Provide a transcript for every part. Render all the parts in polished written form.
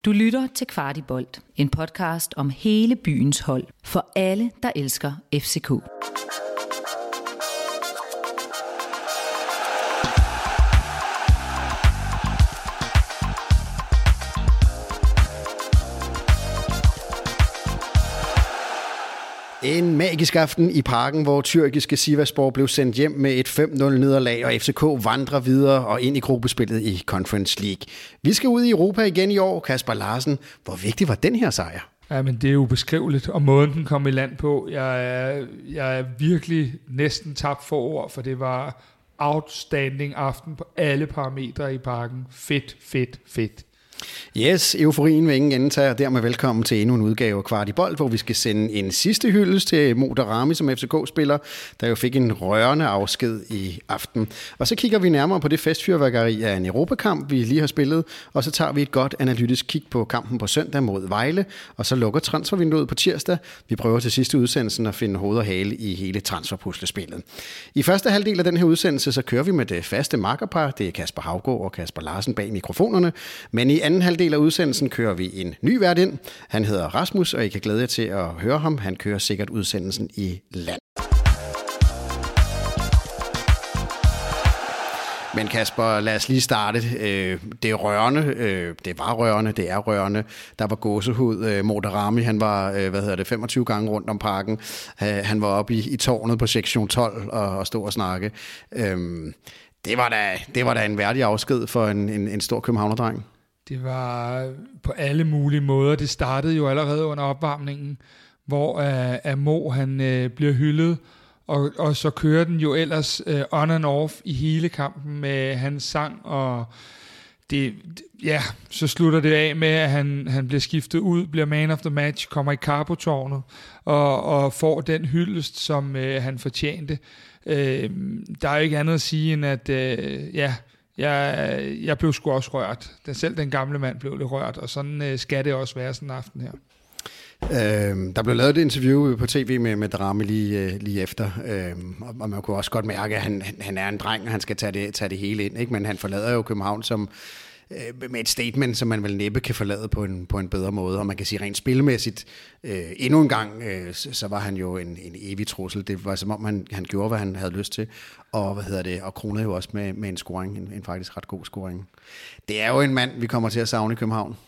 Du lytter til Kvartibolt, en podcast om hele byens hold, for alle, der elsker FCK. En magisk aften i parken, hvor tyrkiske Sivasspor blev sendt hjem med et 5-0 nederlag, og FCK vandrer videre og ind i gruppespillet i Conference League. Vi skal ud i Europa igen i år. Kasper Larsen, hvor vigtig var den her sejr? Ja, men det er jo ubeskriveligt, og måden den kom i land på. Jeg er virkelig næsten tabt for ord, for det var outstanding aften på alle parametre i parken. Fedt. Yes, euforien vil ingen ende tage, og dermed velkommen til endnu en udgave af Kvartibolt, hvor vi skal sende en sidste hyldest til Mo Daramy som FCK-spiller, der jo fik en rørende afsked i aften. Og så kigger vi nærmere på det festfyrværkeri af en Europakamp, vi lige har spillet, og så tager vi et godt analytisk kig på kampen på søndag mod Vejle, og så lukker transfervinduet på tirsdag. Vi prøver til sidste udsendelsen at finde hoved og hale i hele transferpuslespillet. I første halvdel af den her udsendelse, så kører vi med det faste makkerpar, det er Kasper Haugaard og Kasper Larsen bag mikrofonerne, men i anden halvdel af udsendelsen kører vi en ny vært ind. Han hedder Rasmus, og I kan glæde jer til at høre ham. Han kører sikkert udsendelsen i land. Men Kasper, lad os lige starte. Det er rørende. Det var rørende. Det er rørende. Der var gåsehud. Mo Daramy, han var 25 gange rundt om parken. Han var oppe i tårnet på sektion 12 og stod og snakke. Det var da en værdig afsked for en stor københavnerdreng. Det var på alle mulige måder. Det startede jo allerede under opvarmningen, hvor Mo han bliver hyldet, og så kører den jo ellers on and off i hele kampen med hans sang, og så slutter det af med, at han bliver skiftet ud, bliver man of the match, kommer i Carbo-tårnet og får den hyldest, som han fortjente. Der er jo ikke andet at sige end, at Jeg blev sgu også rørt. Selv den gamle mand blev lidt rørt, og sådan skal det også være sådan en aften her. Der blev lavet et interview på tv med Daramy lige efter, og man kunne også godt mærke, at han er en dreng, og han skal tage det hele ind, ikke? Men han forlader jo København som med et statement, som man vel næppe kan forlade på en bedre måde, og man kan sige rent spillemæssigt, endnu en gang, så var han jo en evig trussel. Det var som om han gjorde, hvad han havde lyst til, og og kronede jo også med en scoring, en faktisk ret god scoring. Det er jo en mand, vi kommer til at savne i København.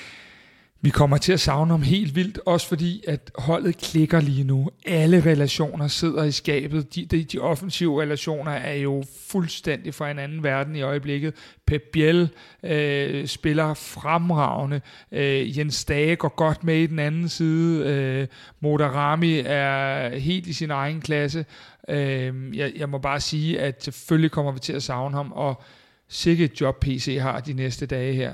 Vi kommer til at savne ham helt vildt, også fordi, at holdet klikker lige nu. Alle relationer sidder i skabet. De offensive relationer er jo fuldstændig fra en anden verden i øjeblikket. Pep Biel spiller fremragende. Jens Dage går godt med i den anden side. Mo Daramy er helt i sin egen klasse. Jeg må bare sige, at selvfølgelig kommer vi til at savne ham, og sikke et job PC har de næste dage her.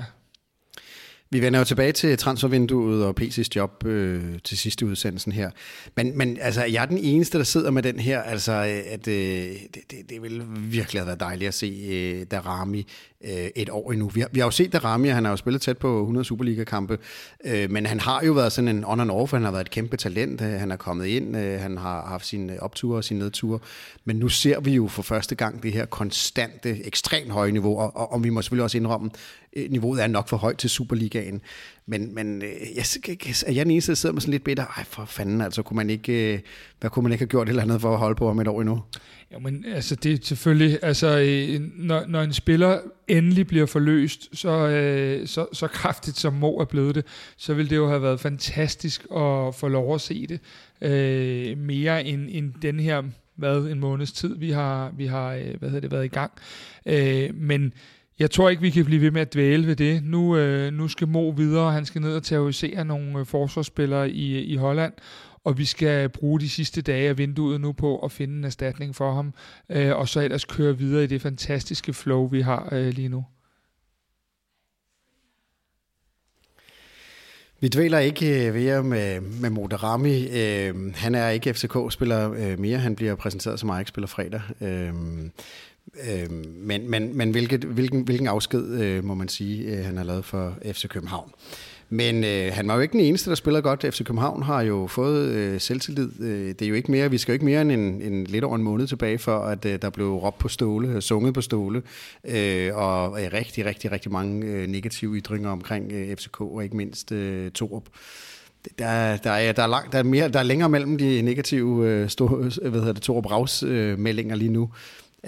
Vi vender jo tilbage til transfervinduet og PC's job til sidste udsendelsen her. Men altså, jeg er den eneste, der sidder med den her. Altså, at det vil virkelig have været dejligt at se Daramy et år endnu. Vi har jo set Daramy, han har jo spillet tæt på 100 Superliga-kampe, men han har jo været sådan en on and off, han har været et kæmpe talent, han er kommet ind, han har haft sine opture og sine nedture, men nu ser vi jo for første gang det her konstante, ekstremt høje niveau, og vi må selvfølgelig også indrømme, niveauet er nok for højt til Superligaen, men er jeg den eneste, der sidder med sådan lidt bitter? Ej, for fanden, altså, kunne man ikke have gjort et eller andet for at holde på ham et år endnu? Jo, men altså, det er selvfølgelig, altså, når en spiller endelig bliver forløst, så kraftigt som Mo er blevet det, så ville det jo have været fantastisk at få lov at se det mere end den her, en måneds tid, vi har været i gang. Men jeg tror ikke, vi kan blive ved med at dvæle ved det. Nu skal Mo videre, han skal ned og terrorisere nogle forsvarsspillere i Holland, og vi skal bruge de sidste dage af vinduet nu på at finde en erstatning for ham, og så ellers køre videre i det fantastiske flow, vi har lige nu. Vi dvæler ikke ved med Mo Daramy. Han er ikke FCK-spiller mere. Han bliver præsenteret som Ajax-spiller fredag. Men hvilken afsked, må man sige, han har lavet for FC København. Men han var jo ikke den eneste, der spiller godt. FC København har jo fået selvtillid. Det er jo ikke mere, vi skal jo ikke mere end lidt over en måned tilbage, for at der blev råbt på Ståle, sunget på Ståle, og rigtig, rigtig, rigtig mange negative ytringer omkring FCK, og ikke mindst Torup. Der er længere mellem de negative Torup Raus meldinger lige nu.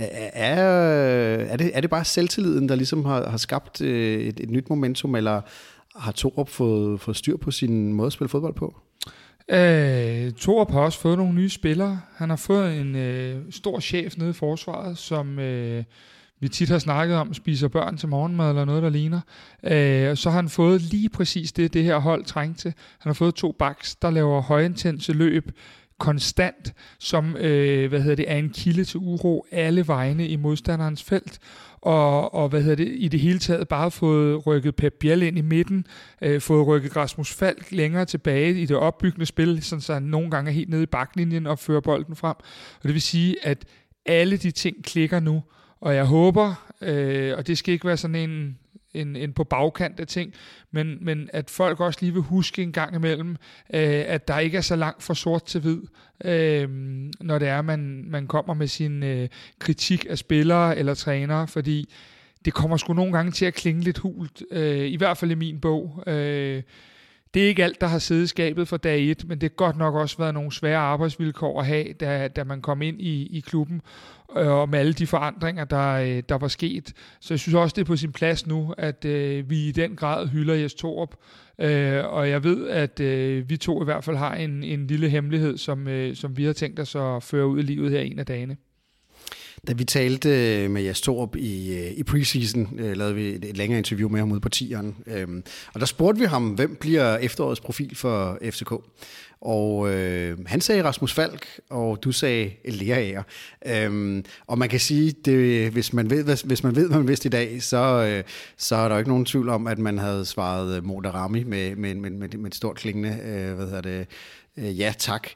Er det bare selvtilliden, der ligesom har skabt et nyt momentum, eller har Torup fået styr på sin måde at spille fodbold på? Torup har også fået nogle nye spillere. Han har fået en stor chef nede i forsvaret, som vi tit har snakket om, spiser børn til morgenmad eller noget, der ligner. Så har han fået lige præcis det her hold trængte til. Han har fået 2 backs, der laver højintense løb konstant, som er en kilde til uro alle vegne i modstanderens felt. Og i det hele taget bare fået rykket Pep Biel ind i midten, fået rykket Rasmus Falk længere tilbage i det opbyggende spil, så han nogle gange er helt nede i baklinjen og fører bolden frem. Og det vil sige, at alle de ting klikker nu, og jeg håber, og det skal ikke være sådan en på bagkant af ting, men at folk også lige vil huske en gang imellem, at der ikke er så langt fra sort til hvid, når det er, man kommer med sin kritik af spillere eller trænere, fordi det kommer sgu nogle gange til at klinge lidt hult, i hvert fald i min bog. Det er ikke alt, der har siddet i skabet fra dag 1, men det har godt nok også været nogle svære arbejdsvilkår at have, da man kom ind i klubben, og med alle de forandringer, der var sket. Så jeg synes også, det er på sin plads nu, at vi i den grad hylder Jes Torup, og jeg ved, at vi to i hvert fald har en lille hemmelighed, som vi har tænkt os at føre ud i livet her en af dagene. Da vi talte med Jes Torup i preseason, lavede vi et længere interview med ham ude på Tieren. Og der spurgte vi ham, hvem bliver efterårets profil for FCK? Og han sagde Rasmus Falk, og du sagde Lerager. Og man kan sige, hvis man ved, hvad man vidste i dag, så er der ikke nogen tvivl om, at man havde svaret Modarami med et stort klingende, ja tak.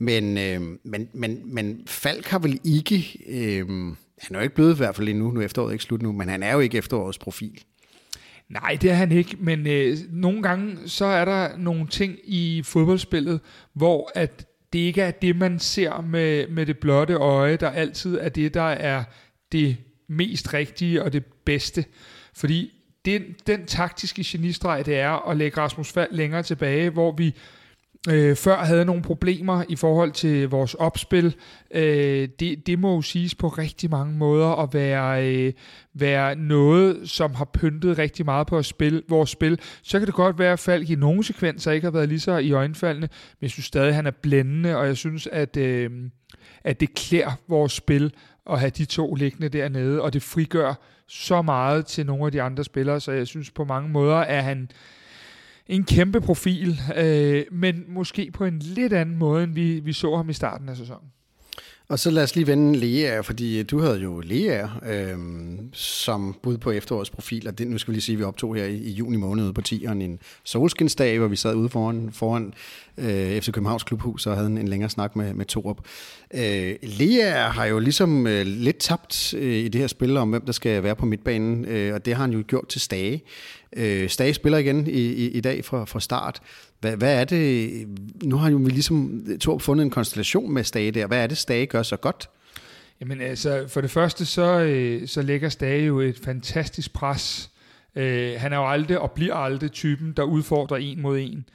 Men Falk har vel ikke, han er jo ikke blevet i hvert fald endnu, nu er efteråret ikke slut nu, men han er jo ikke efterårets profil. Nej, det er han ikke, men nogle gange så er der nogle ting i fodboldspillet, hvor at det ikke er det, man ser med det blotte øje, der altid er det, der er det mest rigtige og det bedste. Fordi den taktiske genistreg, det er at lægge Rasmus Falk længere tilbage, hvor vi før havde nogle problemer i forhold til vores opspil. Det må jo siges på rigtig mange måder at være noget, som har pyntet rigtig meget på vores spil. Så kan det godt være, at Falk i nogle sekvenser ikke har været lige så iøjnefaldende, men jeg synes stadig, at han er blændende, og jeg synes, at det klæder vores spil at have de to liggende dernede, og det frigør så meget til nogle af de andre spillere, så jeg synes på mange måder, at han en kæmpe profil, men måske på en lidt anden måde, end vi så ham i starten af sæsonen. Og så lad os lige vende Lerager, fordi du havde jo Lerager som bud på efterårets profil, og nu skal vi lige sige, at vi optog her i juni måned på Tieren en solskinsdag, hvor vi sad ude foran FC Københavns klubhus og havde en længere snak med Torup. Lerager har jo ligesom lidt tabt i det her spil om, hvem der skal være på midtbanen, og det har han jo gjort til Stage. Stage spiller igen i dag fra start. Hvad er det? Nu har jo vi ligesom Torup fundet en konstellation med Stage der. Hvad er det, Stage gør så godt? Jamen altså, for det første så lægger Stage jo et fantastisk pres. Han er jo aldrig og bliver aldrig typen, der udfordrer en mod en.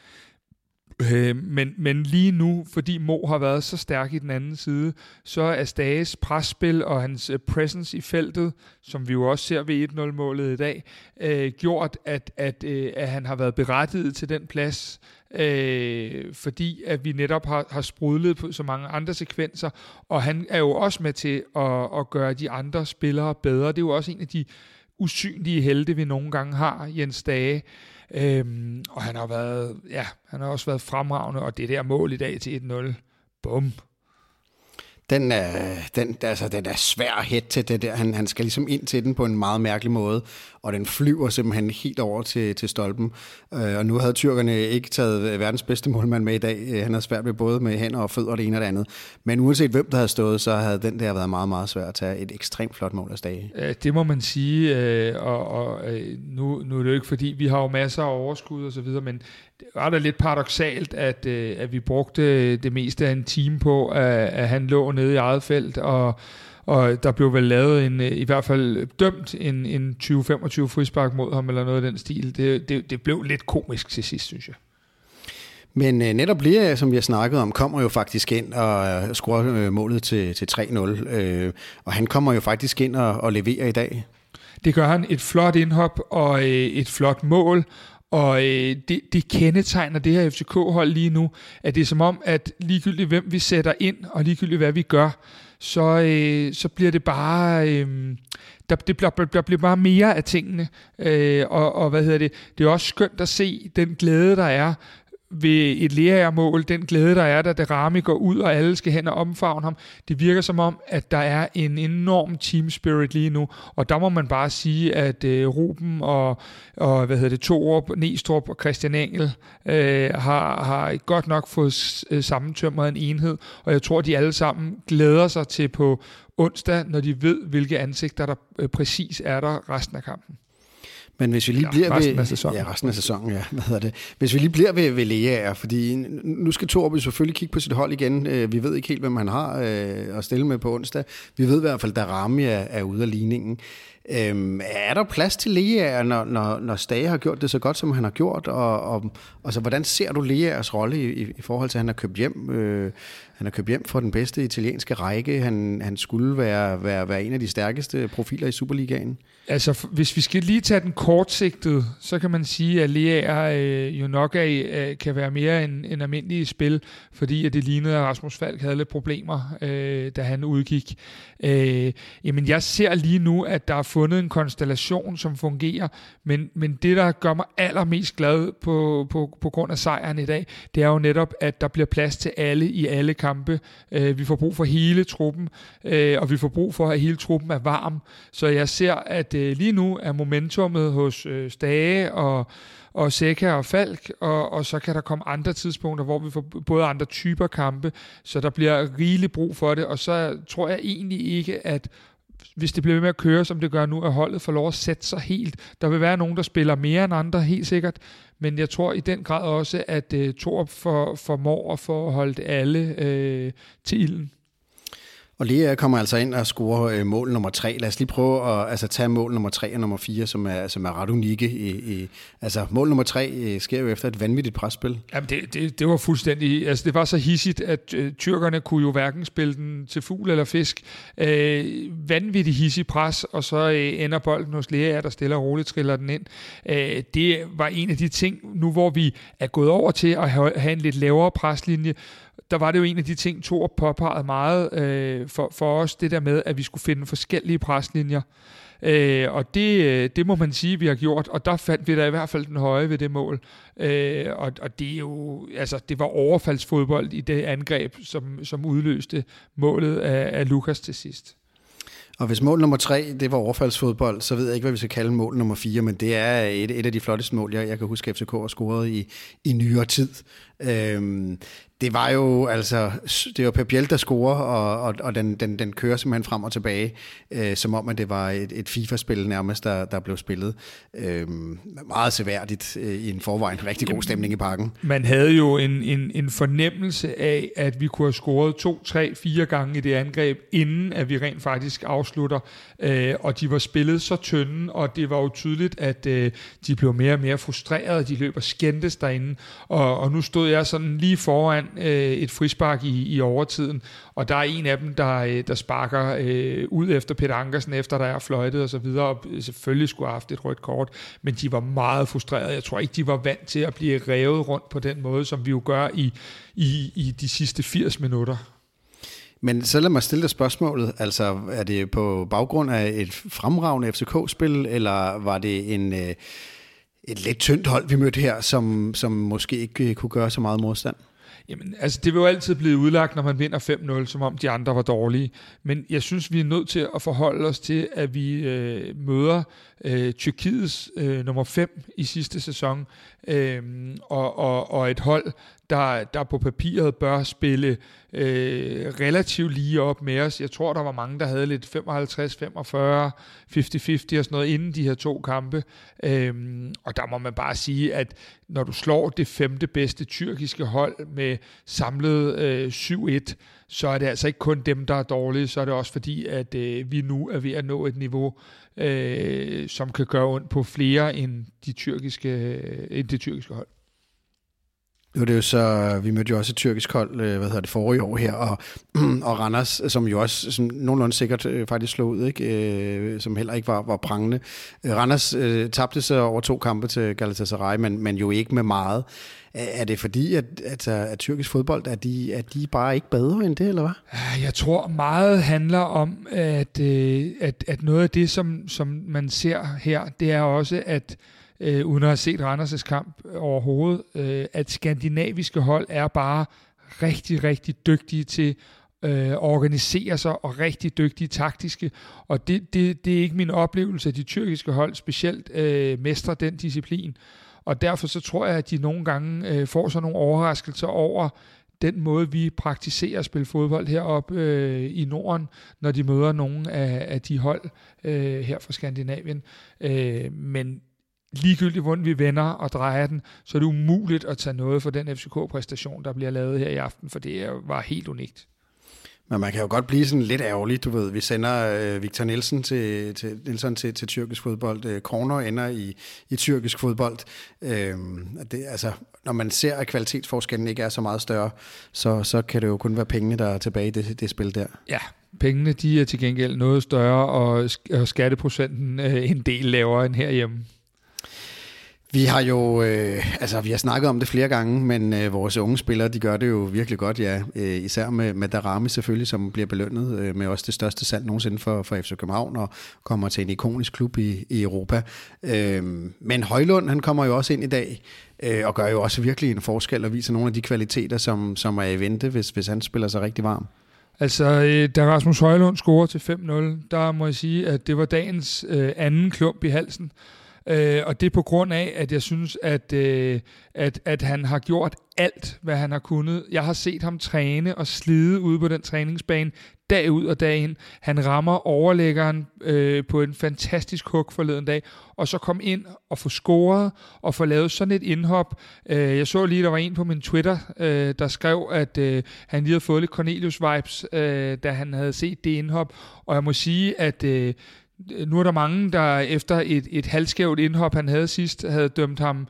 Men lige nu, fordi Mo har været så stærk i den anden side, så er Stages presspil og hans presence i feltet, som vi jo også ser ved 1-0-målet i dag, gjort, at han har været berettiget til den plads, fordi at vi netop har sprudlet på så mange andre sekvenser, og han er jo også med til at gøre de andre spillere bedre. Det er jo også en af de usynlige helte, vi nogle gange har, Jens Stage. Og han har også været fremragende, og det der mål i dag til 1-0, bum. Den er svær at hætte til det der. Han skal ligesom ind til den på en meget mærkelig måde, og den flyver simpelthen helt over til stolpen. Og nu havde tyrkerne ikke taget verdens bedste målmand med i dag. Han havde svært ved både med hænder og fødder og det ene og det andet. Men uanset hvem der havde stået, så havde den der været meget, meget svært at tage et ekstremt flot mål af Stage. Det må man sige, nu er det jo ikke fordi, vi har jo masser af overskud og så videre, men det var da lidt paradoksalt, at vi brugte det meste af en time på, at han lå nede i eget felt, og der blev vel lavet i hvert fald dømt en 20-25 frispark mod ham, eller noget af den stil. Det blev lidt komisk til sidst, synes jeg. Men netop Lea, som vi har snakket om, kommer jo faktisk ind og scorer målet til 3-0, og han kommer jo faktisk ind og leverer i dag. Det gør han. Et flot indhop og et flot mål. Og det kendetegner det her FCK-hold lige nu, at det er som om, at ligegyldigt hvem vi sætter ind, og ligegyldigt hvad vi gør, så bliver det bare... Der bliver bare mere af tingene. Og hvad hedder det? Det er også skønt at se den glæde, der er ved et Lea-mål, den glæde, der er, da Daramy går ud, og alle skal hen og omfavne ham. Det virker som om, at der er en enorm team spirit lige nu, og der må man bare sige, at Ruben og Torup, Næstrup og Christian Engel har godt nok fået sammentømret en enhed, og jeg tror, de alle sammen glæder sig til på onsdag, når de ved, hvilke ansigter der præcis er der resten af kampen. Men hvis vi lige bliver resten af sæsonen, Hvis vi lige bliver ved Lea, fordi nu skal Torup selvfølgelig kigge på sit hold igen. Vi ved ikke helt, hvem han har at stille med på onsdag. Vi ved i hvert fald, at Daramy er ude af ligningen. Er der plads til Lea, når Stage har gjort det så godt, som han har gjort? Og så, hvordan ser du Leas rolle i forhold til, at han har købt hjem? Han har købt hjem for den bedste italienske række. Han skulle være en af de stærkeste profiler i Superligaen. Altså, hvis vi skal lige tage den kortsigtede, så kan man sige, at Lea jo nok kan være mere en almindelig spil, fordi at det lignede, at Rasmus Falk havde lidt problemer, da han udgik. Jamen, jeg ser lige nu, at der er fundet en konstellation, som fungerer, men det, der gør mig allermest glad på grund af sejren i dag, det er jo netop, at der bliver plads til alle i alle kampe. Vi får brug for hele truppen, og vi får brug for, at hele truppen er varm. Så jeg ser, at lige nu er momentummet hos Stage og Seca og Falk, og så kan der komme andre tidspunkter, hvor vi får både andre typer kampe, så der bliver rigelig brug for det, og så tror jeg egentlig ikke, at hvis det bliver ved med at køre, som det gør nu, at holdet får lov at sætte sig helt. Der vil være nogen, der spiller mere end andre, helt sikkert, men jeg tror i den grad også, at Torup formår at få holdt alle til ilden. Og Lea kommer altså ind og scorer mål nummer 3. Lad os lige prøve at tage mål nummer 3 og nummer 4, som er ret unikke. Altså mål nummer 3 sker jo efter et vanvittigt presspil. Jamen det var fuldstændig... Altså det var så hissigt, at tyrkerne kunne jo hverken spille den til fugl eller fisk. Vanvittigt hissig pres, og så ender bolden hos Lea, der stille og roligt triller den ind. Det var en af de ting, nu hvor vi er gået over til at have en lidt lavere preslinje, der var det jo en af de ting, Torup påpegede meget for os, det der med, at vi skulle finde forskellige preslinjer. Og det må man sige, vi har gjort, og der fandt vi da i hvert fald den høje ved det mål. Og det er jo, altså det var overfaldsfodbold i det angreb, som udløste målet af Lukas til sidst. Og hvis mål nummer 3, det var overfaldsfodbold, så ved jeg ikke, hvad vi skal kalde mål nummer 4, men det er et af de flotteste mål, jeg kan huske, at FCK har scoret i nyere tid. Det var jo altså, det var Pep Biel, der scorer, og den kører simpelthen frem og tilbage, som om at det var et FIFA-spil nærmest, der blev spillet. Meget seværdigt i en forvejen rigtig god stemning i parken. Man havde jo en fornemmelse af, at vi kunne have scoret 2, 3, 4 gange i det angreb, inden at vi rent faktisk afslutter, og de var spillet så tynde, og det var jo tydeligt, at de blev mere og mere frustrerede, de løb og skændtes derinde, og nu stod jeg sådan lige foran et frispark i overtiden, og der er en af dem, der sparker ud efter Peter Ankersen, efter der er fløjtet og så videre, og selvfølgelig skulle have haft et rødt kort, men de var meget frustrerede. Jeg tror ikke, de var vant til at blive revet rundt på den måde, som vi jo gør i de sidste 80 minutter. Men så lad mig stille dig spørgsmålet, altså er det på baggrund af et fremragende FCK-spil, eller var det et lidt tyndt hold, vi mødte her, som måske ikke kunne gøre så meget modstand? Jamen, altså det vil jo altid blive udlagt, når man vinder 5-0, som om de andre var dårlige. Men jeg synes, vi er nødt til at forholde os til, at vi møder Tyrkiets nummer 5 i sidste sæson, og et hold, der på papiret bør spille relativt lige op med os. Jeg tror, der var mange, der havde lidt 55-45, 50-50 og sådan noget inden de her 2 kampe. Og der må man bare sige, at når du slår det 5. bedste tyrkiske hold med samlet 7-1, så er det altså ikke kun dem, der er dårlige, så er det også fordi, at vi nu er ved at nå et niveau, som kan gøre ondt på flere end det tyrkiske hold. Nu er det jo så, vi mødte jo også et tyrkisk hold, forrige år her, og Randers, som jo også som nogenlunde sikkert faktisk slog ud, ikke? Som heller ikke var prangende. Randers tabte sig over 2 kampe til Galatasaray, men jo ikke med meget. Er det fordi, at tyrkisk fodbold, er de bare ikke bedre end det, eller hvad? Jeg tror meget handler om, at noget af det, som man ser her, det er også, at uden at have set Randers' kamp overhovedet, at skandinaviske hold er bare rigtig, rigtig dygtige til at organisere sig, og rigtig dygtige taktiske, og det er ikke min oplevelse, at de tyrkiske hold specielt mestrer den disciplin, og derfor så tror jeg, at de nogle gange får sådan nogle overraskelser over den måde, vi praktiserer at spille fodbold heroppe i Norden, når de møder nogle af de hold her fra Skandinavien. Men ligegyldigt, hvordan vi vender og drejer den, så er det umuligt at tage noget for den FCK-præstation, der bliver lavet her i aften, for det var helt unikt. Men man kan jo godt blive sådan lidt ærgerlig, du ved. Vi sender Victor Nielsen til tyrkisk fodbold. Corner ender i tyrkisk fodbold. Altså, når man ser, at kvalitetsforskellen ikke er så meget større, så kan det jo kun være pengene, der er tilbage i det spil der. Ja, pengene de er til gengæld noget større, og skatteprocenten en del lavere end herhjemme. Vi har jo, vi har snakket om det flere gange, men vores unge spillere, de gør det jo virkelig godt, ja. Især med Daramy selvfølgelig, som bliver belønnet med også det største salg nogensinde for FC København, og kommer til en ikonisk klub i Europa. Men Højlund, han kommer jo også ind i dag, og gør jo også virkelig en forskel, og viser nogle af de kvaliteter, som er i vente, hvis han spiller sig rigtig varm. Altså, da Rasmus Højlund scorer til 5-0, der må jeg sige, at det var dagens anden klump i halsen. Og det er på grund af, at jeg synes, at han har gjort alt, hvad han har kunnet. Jeg har set ham træne og slide ude på den træningsbane dag ud og dag ind. Han rammer overlæggeren på en fantastisk hug forleden dag, og så kom ind og få scoret og få lavet sådan et indhop. Jeg så lige, der var en på min Twitter, der skrev, at han lige havde fået lidt Cornelius-vibes, da han havde set det indhop. Og jeg må sige, at nu er der mange, der efter et halvskævt indhop, han havde sidst, havde dømt ham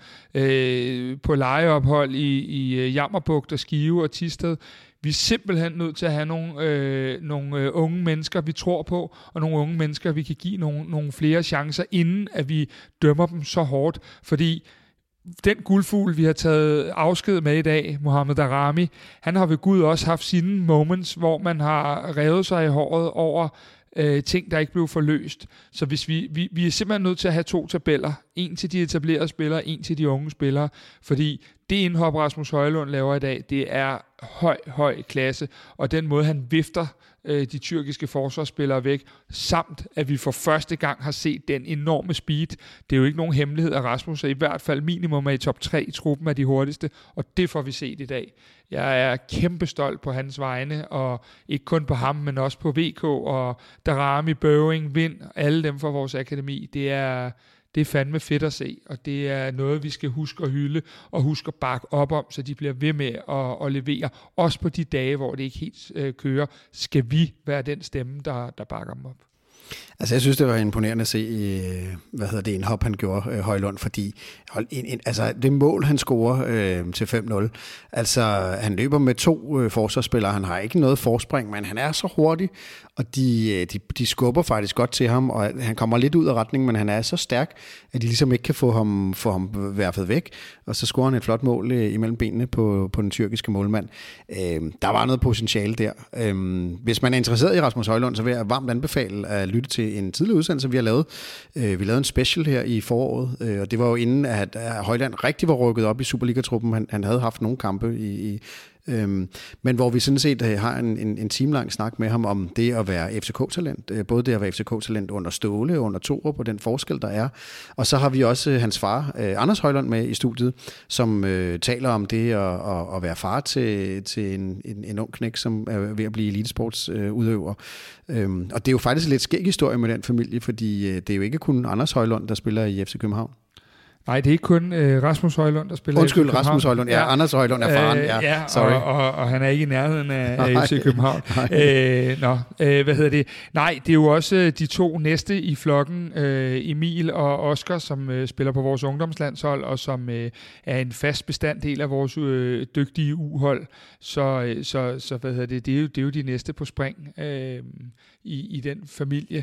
på lejeophold i Jammerbugt og Skive og Thisted. Vi er simpelthen nødt til at have nogle unge mennesker, vi tror på, og nogle unge mennesker, vi kan give nogle flere chancer, inden at vi dømmer dem så hårdt. Fordi den guldfugl, vi har taget afsked med i dag, Mohamed Daramy, han har ved Gud også haft sine moments, hvor man har revet sig i håret over ting, der ikke blev forløst. Så hvis vi er simpelthen nødt til at have 2 tabeller. En til de etablerede spillere, en til de unge spillere. Fordi det indhop, Rasmus Højlund laver i dag, det er høj klasse. Og den måde, han vifter de tyrkiske forsvarsspillere væk, samt at vi for første gang har set den enorme speed. Det er jo ikke nogen hemmelighed, at Rasmus er i hvert fald minimum i top 3 i truppen af de hurtigste, og det får vi set i dag. Jeg er kæmpe stolt på hans vegne, og ikke kun på ham, men også på VK og Daramy, Bøving, Vind, alle dem fra vores akademi. Det er fandme fedt at se, og det er noget, vi skal huske at hylde, og huske at bakke op om, så de bliver ved med at levere. Også på de dage, hvor det ikke helt kører, skal vi være den stemme, der bakker dem op. Altså, jeg synes, det var imponerende at se, indhop, han gjorde, Højlund, fordi det mål, han scorer til 5-0, altså, han løber med 2 forsvarsspillere, han har ikke noget forspring, men han er så hurtig, og de skubber faktisk godt til ham, og han kommer lidt ud af retningen, men han er så stærk, at de ligesom ikke kan få ham værfet væk, og så scorer han et flot mål imellem benene på den tyrkiske målmand. Der var noget potentiale der. Hvis man er interesseret i Rasmus Højlund, så vil jeg varmt anbefale at lytte til en tidlig udsendelse, vi har lavet. Vi lavede en special her i foråret, og det var jo inden, at Højlund rigtig var rykket op i Superliga-truppen. Han havde haft nogle kampe Men hvor vi sådan set har en timelang snak med ham om det at være FCK-talent. Både det at være FCK-talent under Ståle, under Torup, og den forskel, der er. Og så har vi også hans far, Anders Højlund, med i studiet, som taler om det at være far til en ung knæk, som er ved at blive elitesportsudøver. Og det er jo faktisk lidt skæg historie med den familie, fordi det er jo ikke kun Anders Højlund, der spiller i FC København. Nej, det er ikke kun Rasmus Højlund, der spiller i FC København. Rasmus Højlund. Ja, Anders Højlund er faren. Ja, sorry. Og han er ikke i nærheden af FC København. Hvad hedder det? Nej, det er jo også de to næste i flokken, Emil og Oscar, som spiller på vores ungdomslandshold, og som er en fast bestanddel af vores dygtige U-hold. Så hvad hedder det? Det er jo de næste på spring i den familie.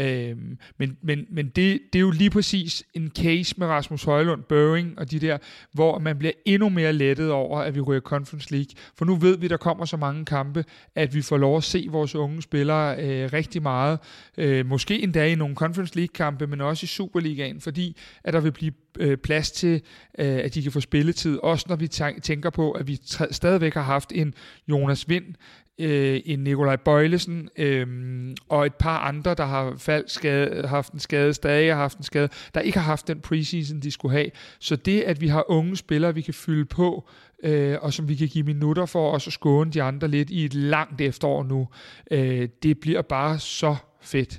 Men det er jo lige præcis en case med Rasmus Højlund, Børing og de der, hvor man bliver endnu mere lettet over, at vi ryger Conference League. For nu ved vi, der kommer så mange kampe, at vi får lov at se vores unge spillere rigtig meget. Måske endda i nogle Conference League-kampe, men også i Superligaen, fordi at der vil blive plads til, at de kan få spilletid. Også når vi tænker på, at vi stadigvæk har haft en Jonas Vind, en Nikolaj Bøjlesen og et par andre, der har haft en skade, stadig har haft en skade, der ikke har haft den preseason, de skulle have. Så det, at vi har unge spillere, vi kan fylde på, og som vi kan give minutter for, og så skåne de andre lidt i et langt efterår nu, det bliver bare så fedt.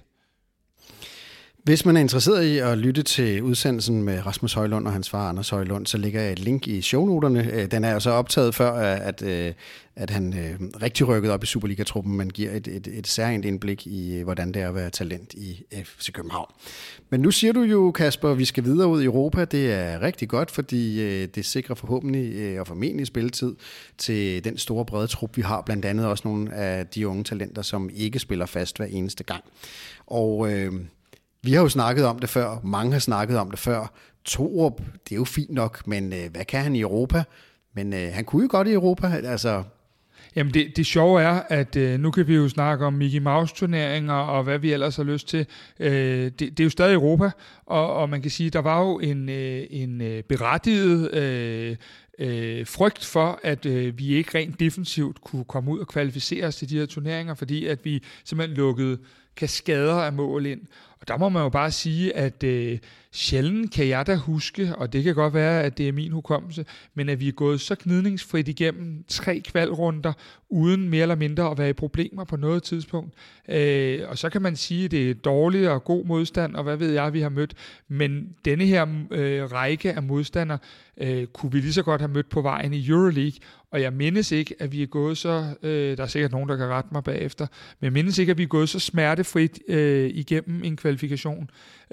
Hvis man er interesseret i at lytte til udsendelsen med Rasmus Højlund og hans far Anders Højlund, så ligger jeg et link i shownoterne. Den er jo så optaget før, at han rigtig rykkede op i Superliga-truppen, men giver et særligt indblik i, hvordan det er at være talent i FC København. Men nu siger du jo, Kasper, at vi skal videre ud i Europa. Det er rigtig godt, fordi det sikrer forhåbentlig og formentlig spilletid til den store brede trup, vi har. Blandt andet også nogle af de unge talenter, som ikke spiller fast hver eneste gang. Og vi har jo snakket om det før, mange har snakket om det før. Torup, det er jo fint nok, men hvad kan han i Europa? Men han kunne jo godt i Europa, altså. Jamen det sjove er, at nu kan vi jo snakke om Mickey Mouse-turneringer og hvad vi ellers har lyst til. Det er jo stadig Europa, og man kan sige, der var jo en berettiget frygt for, at vi ikke rent defensivt kunne komme ud og kvalificere os til de her turneringer, fordi at vi simpelthen lukkede kaskader af mål ind. Og der må man jo bare sige, at sjældent kan jeg da huske, og det kan godt være, at det er min hukommelse, men at vi er gået så gnidningsfrit igennem 3 kvalrunder, uden mere eller mindre at være i problemer på noget tidspunkt. Og så kan man sige, at det er dårlig og god modstand, og hvad ved jeg, vi har mødt. Men denne her række af modstandere kunne vi lige så godt have mødt på vejen i Euroleague, og jeg mindes ikke, at vi er gået så, der er sikkert nogen, der kan rette mig bagefter, men jeg mindes ikke, at vi er gået så smertefrit igennem en kvalifikation,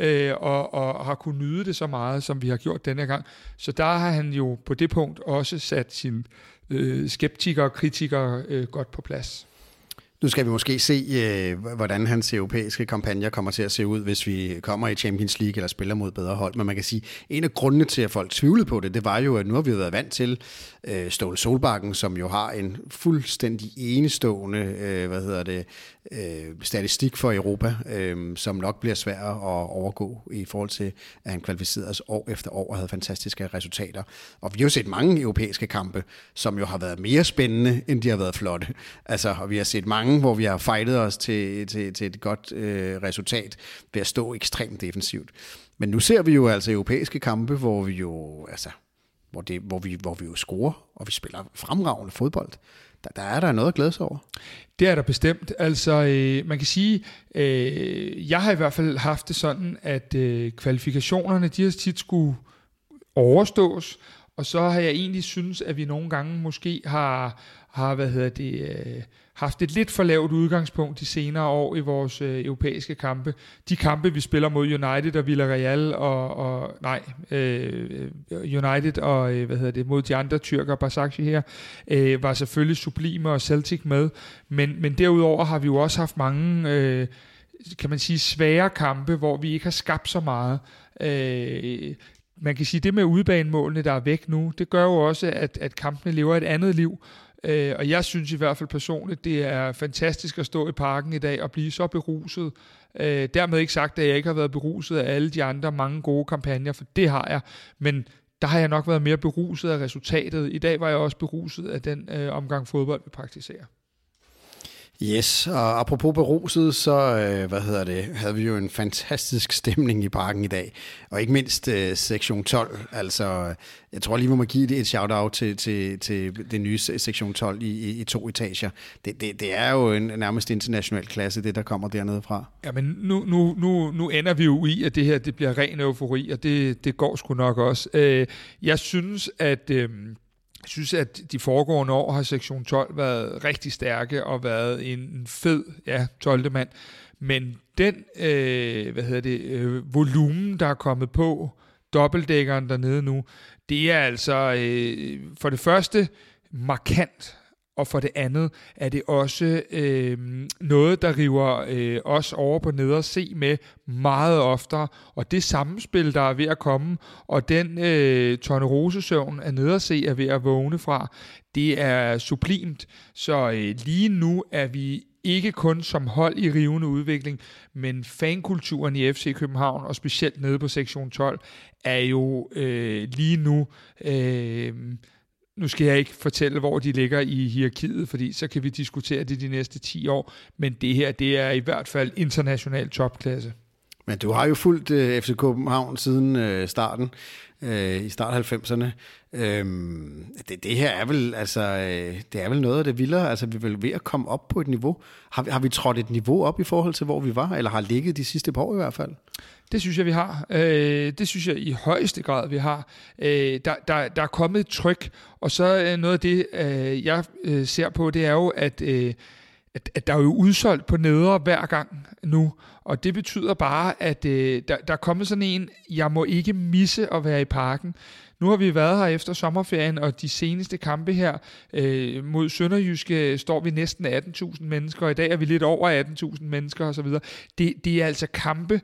og har kunnet nyde det så meget, som vi har gjort denne gang. Så der har han jo på det punkt også sat sine skeptikere og kritikere godt på plads. Nu skal vi måske se, hvordan hans europæiske kampagner kommer til at se ud, hvis vi kommer i Champions League eller spiller mod bedre hold. Men man kan sige, en af grundene til, at folk tvivlede på det, det var jo, at nu har vi været vant til Ståle Solbakken, som jo har en fuldstændig enestående statistik for Europa, som nok bliver svær at overgå i forhold til, at han kvalificerede os år efter år og havde fantastiske resultater. Og vi har jo set mange europæiske kampe, som jo har været mere spændende, end de har været flotte. Altså, og vi har set mange, hvor vi har fightet os til et godt resultat ved at stå ekstremt defensivt. Men nu ser vi jo altså europæiske kampe, hvor vi jo hvor vi jo scorer, og vi spiller fremragende fodbold. Der er der noget at glæde sig over. Det er der bestemt. Altså, man kan sige, jeg har i hvert fald haft det sådan, at kvalifikationerne, de har tit skulle overstås, og så har jeg egentlig synes, at vi nogle gange måske har haft et lidt for lavt udgangspunkt de senere år i vores europæiske kampe. De kampe, vi spiller mod United og Villarreal United og mod de andre tyrker, Başakşehir her, var selvfølgelig Sublime og Celtic med. Men derudover har vi jo også haft mange, kan man sige, svære kampe, hvor vi ikke har skabt så meget. Man kan sige, det med udebanemålene, der er væk nu, det gør jo også, at kampene lever et andet liv. Og jeg synes i hvert fald personligt, det er fantastisk at stå i parken i dag og blive så beruset. Dermed ikke sagt, at jeg ikke har været beruset af alle de andre mange gode kampagner, for det har jeg. Men der har jeg nok været mere beruset af resultatet. I dag var jeg også beruset af den omgang fodbold, vi praktiserer. Yes, og apropos beruset, så havde vi jo en fantastisk stemning i parken i dag. Og ikke mindst sektion 12. Altså, jeg tror lige, vi må give det et shout-out til det nye sektion 12 i 2 etager. Det er jo en nærmest international klasse, det der kommer dernede fra. Ja, men nu ender vi jo i, at det her det bliver ren eufori, og det går sgu nok også. Jeg synes, at de foregående år har sektion 12 været rigtig stærke og været en fed 12. mand. Men den volumen, der er kommet på dobbeltdækkeren dernede nu, det er altså for det første markant, og for det andet er det også noget, der river os over på neder se med meget oftere. Og det sammenspil, der er ved at komme, og den tornerosesøvn af neder se er ved at vågne fra, det er sublimt. Så lige nu er vi ikke kun som hold i rivende udvikling, men fankulturen i FC København, og specielt nede på sektion 12, er jo lige nu... Nu skal jeg ikke fortælle, hvor de ligger i hierarkiet, fordi så kan vi diskutere det de næste 10 år. Men det her, det er i hvert fald international topklasse. Men du har jo fulgt FC København siden starten, i start 90'erne. Det her er vel, altså, det er vel noget af det vildere. Altså, vi er vel ved at komme op på et niveau. Har vi trådt et niveau op i forhold til, hvor vi var, eller har ligget de sidste par år i hvert fald? Det synes jeg, vi har. Det synes jeg i højeste grad, vi har. Der er kommet et tryk, og så noget af det, jeg ser på, det er jo, at der er jo udsolgt på nedre hver gang nu, og det betyder bare, at der er kommet sådan en, jeg må ikke misse at være i parken. Nu har vi været her efter sommerferien, og de seneste kampe her mod Sønderjyske står vi næsten 18.000 mennesker, og i dag er vi lidt over 18.000 mennesker osv. Det er altså kampe,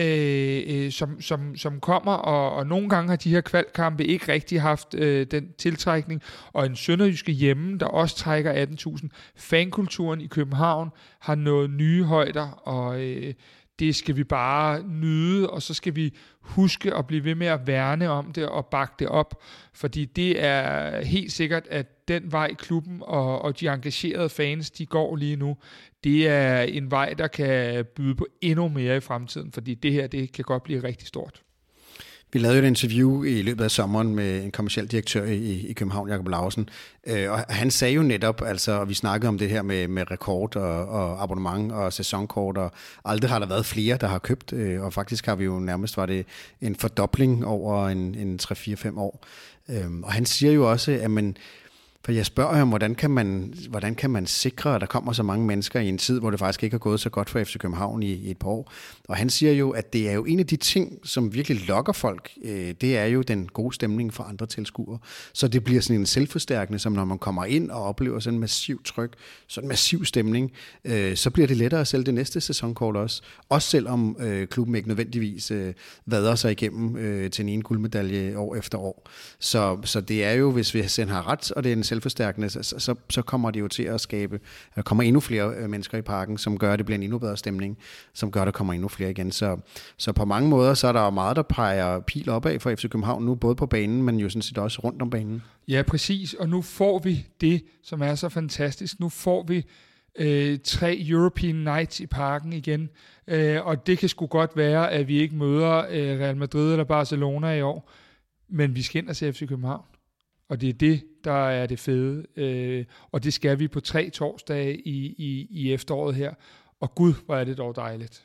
som kommer, og nogle gange har de her kvalkampe ikke rigtig haft den tiltrækning, og en Sønderjyske hjemme, der også trækker 18.000. Fankulturen i København har nået nye højder, og det skal vi bare nyde, og så skal vi huske at blive ved med at værne om det og bakke det op, fordi det er helt sikkert, at den vej klubben og de engagerede fans, de går lige nu, det er en vej, der kan byde på endnu mere i fremtiden, fordi det her, det kan godt blive rigtig stort. Vi lavede et interview i løbet af sommeren med en kommerciel direktør i København, Jakob Lausen, og han sagde jo netop, altså, og vi snakkede om det her med rekord og abonnement og sæsonkort, og aldrig har der været flere, der har købt, og faktisk har vi jo nærmest, var det en fordobling over en 3-4-5 år. Og han siger jo også, at man... For jeg spørger ham, hvordan kan man sikre, at der kommer så mange mennesker i en tid, hvor det faktisk ikke har gået så godt for FC København i et par år. Og han siger jo, at det er jo en af de ting, som virkelig lokker folk. Det er jo den gode stemning for andre tilskuere. Så det bliver sådan en selvforstærkende, som når man kommer ind og oplever sådan en massiv tryk, sådan en massiv stemning, så bliver det lettere at sælge det næste sæsonkort også. Også selvom klubben ikke nødvendigvis vader sig igennem til en ene guldmedalje år efter år. Så det er jo, hvis vi har ret, og det er en selvforstærkende, så kommer det jo til at skabe, der kommer endnu flere mennesker i parken, som gør, at det bliver en endnu bedre stemning, som gør, at der kommer endnu flere igen. Så på mange måder, så er der jo meget, der peger pil opad for FC København nu, både på banen, men jo sådan set også rundt om banen. Ja, præcis, og nu får vi det, som er så fantastisk. Nu får vi 3 European Nights i parken igen, og det kan sgu godt være, at vi ikke møder Real Madrid eller Barcelona i år, men vi skal ind og se FC København. Og det er det, der er det fede. Og det skal vi på 3 torsdage i efteråret her. Og gud, hvor er det dog dejligt.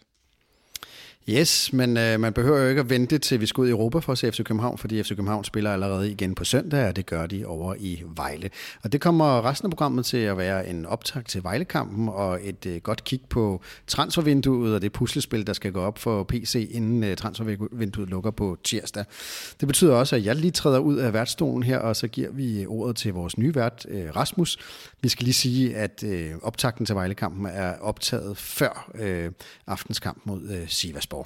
Yes, men man behøver jo ikke at vente til vi skal ud i Europa for at se FC København, fordi FC København spiller allerede igen på søndag, og det gør de over i Vejle. Og det kommer resten af programmet til at være en optakt til Vejle-kampen og et godt kig på transfervinduet og det puslespil, der skal gå op for PC, inden transfervinduet lukker på tirsdag. Det betyder også, at jeg lige træder ud af værtsstolen her, og så giver vi ordet til vores nye vært, Rasmus. Vi skal lige sige, at optakten til Vejle-kampen er optaget før aftens kamp mod Sivasspor.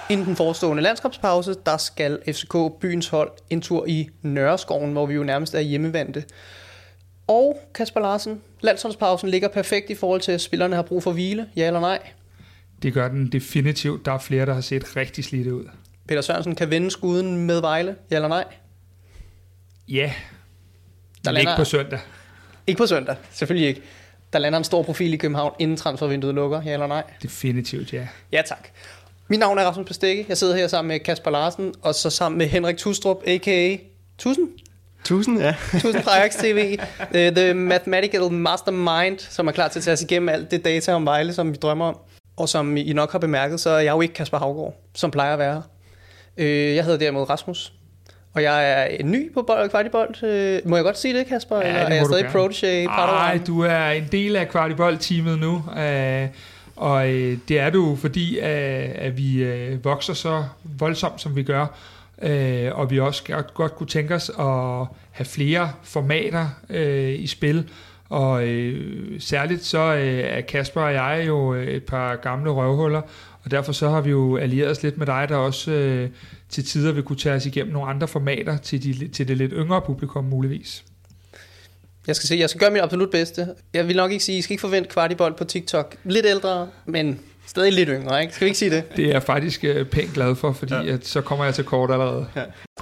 Inden den forestående landskabspause, der skal FCK byens hold en tur i Nørreskoven, hvor vi jo nærmest er hjemmevante. Og Kasper Larsen, landsholdspausen ligger perfekt i forhold til, at spillerne har brug for hvile, ja eller nej? Det gør den definitivt. Der er flere, der har set rigtig slidte ud. Peter Sørensen kan vende skuden med Vejle, ja eller nej? Ja, men ikke på søndag. Ikke på søndag, selvfølgelig ikke. Der lander en stor profil i København, inden transfervinduet lukker, ja eller nej? Definitivt, ja. Ja, tak. Mit navn er Rasmus Pastække. Jeg sidder her sammen med Kasper Larsen, og så sammen med Henrik Tustrup, a.k.a. Tusind? Tusind, ja. Tusind fra Ajax TV. The Mathematical Mastermind, som er klar til at tage os igennem alt det data om Vejle, som vi drømmer om. Og som I nok har bemærket, så er jeg jo ikke Kasper Haugaard, som plejer at være her. Jeg hedder derimod Rasmus. Og jeg er ny på Kvartibold. Må jeg godt sige det, Kasper? Ja, eller er jeg stadig protege? Nej, du er en del af Kvartibold-teamet nu. Og det er du, fordi at vi vokser så voldsomt, som vi gør. Og vi også godt kunne tænke os at have flere formater i spil. Og særligt så er Kasper og jeg jo et par gamle røvhuller. Og derfor så har vi jo allieret os lidt med dig, der også til tider vil kunne tage os igennem nogle andre formater til det lidt yngre publikum muligvis. Jeg skal gøre mit absolut bedste. Jeg vil nok ikke sige, I skal ikke forvente Kvartibold på TikTok. Lidt ældre, men stadig lidt yngre, ikke? Skal vi ikke sige det? Det er jeg faktisk pænt glad for, fordi at så kommer jeg til kort allerede. Ja.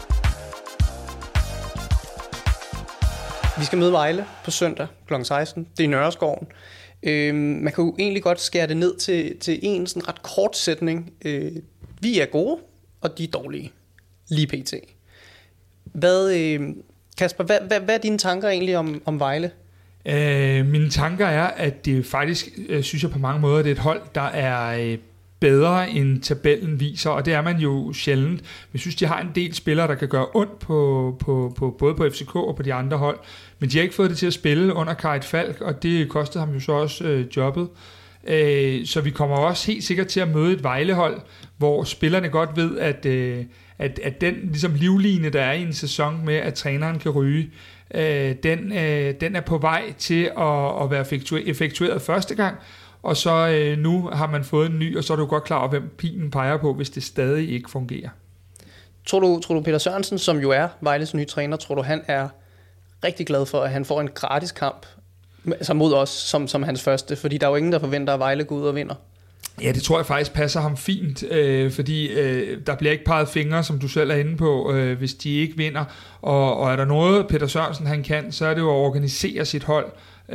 Vi skal møde Vejle på søndag kl. 16. Det er i Nørreskoven. Man kan jo egentlig godt skære det ned til en sådan ret kort sætning. Vi er gode, og de er dårlige. Lige pt. Kasper, hvad er dine tanker egentlig om Vejle? Mine tanker er, at det faktisk, synes jeg på mange måder, det er et hold, der er bedre end tabellen viser, og det er man jo sjældent. Jeg synes, de har en del spillere, der kan gøre ondt på både på FCK og på de andre hold, men de har ikke fået det til at spille under Karit Falk, og det kostede ham jo så også jobbet. Så vi kommer også helt sikkert til at møde et Vejlehold, hvor spillerne godt ved, at den ligesom livline, der er i en sæson med, at træneren kan ryge, den er på vej til at være effektueret første gang, og så nu har man fået en ny, og så er du godt klar over, hvem pilen peger på, hvis det stadig ikke fungerer. Tror du Peter Sørensen, som jo er Vejles nye træner, tror du han er rigtig glad for, at han får en gratis kamp altså mod os som hans første? Fordi der er jo ingen, der forventer, at Vejle går ud og vinder. Ja, det tror jeg faktisk passer ham fint, fordi der bliver ikke peget fingre, som du selv er inde på, hvis de ikke vinder. Og er der noget, Peter Sørensen han kan, så er det jo at organisere sit hold.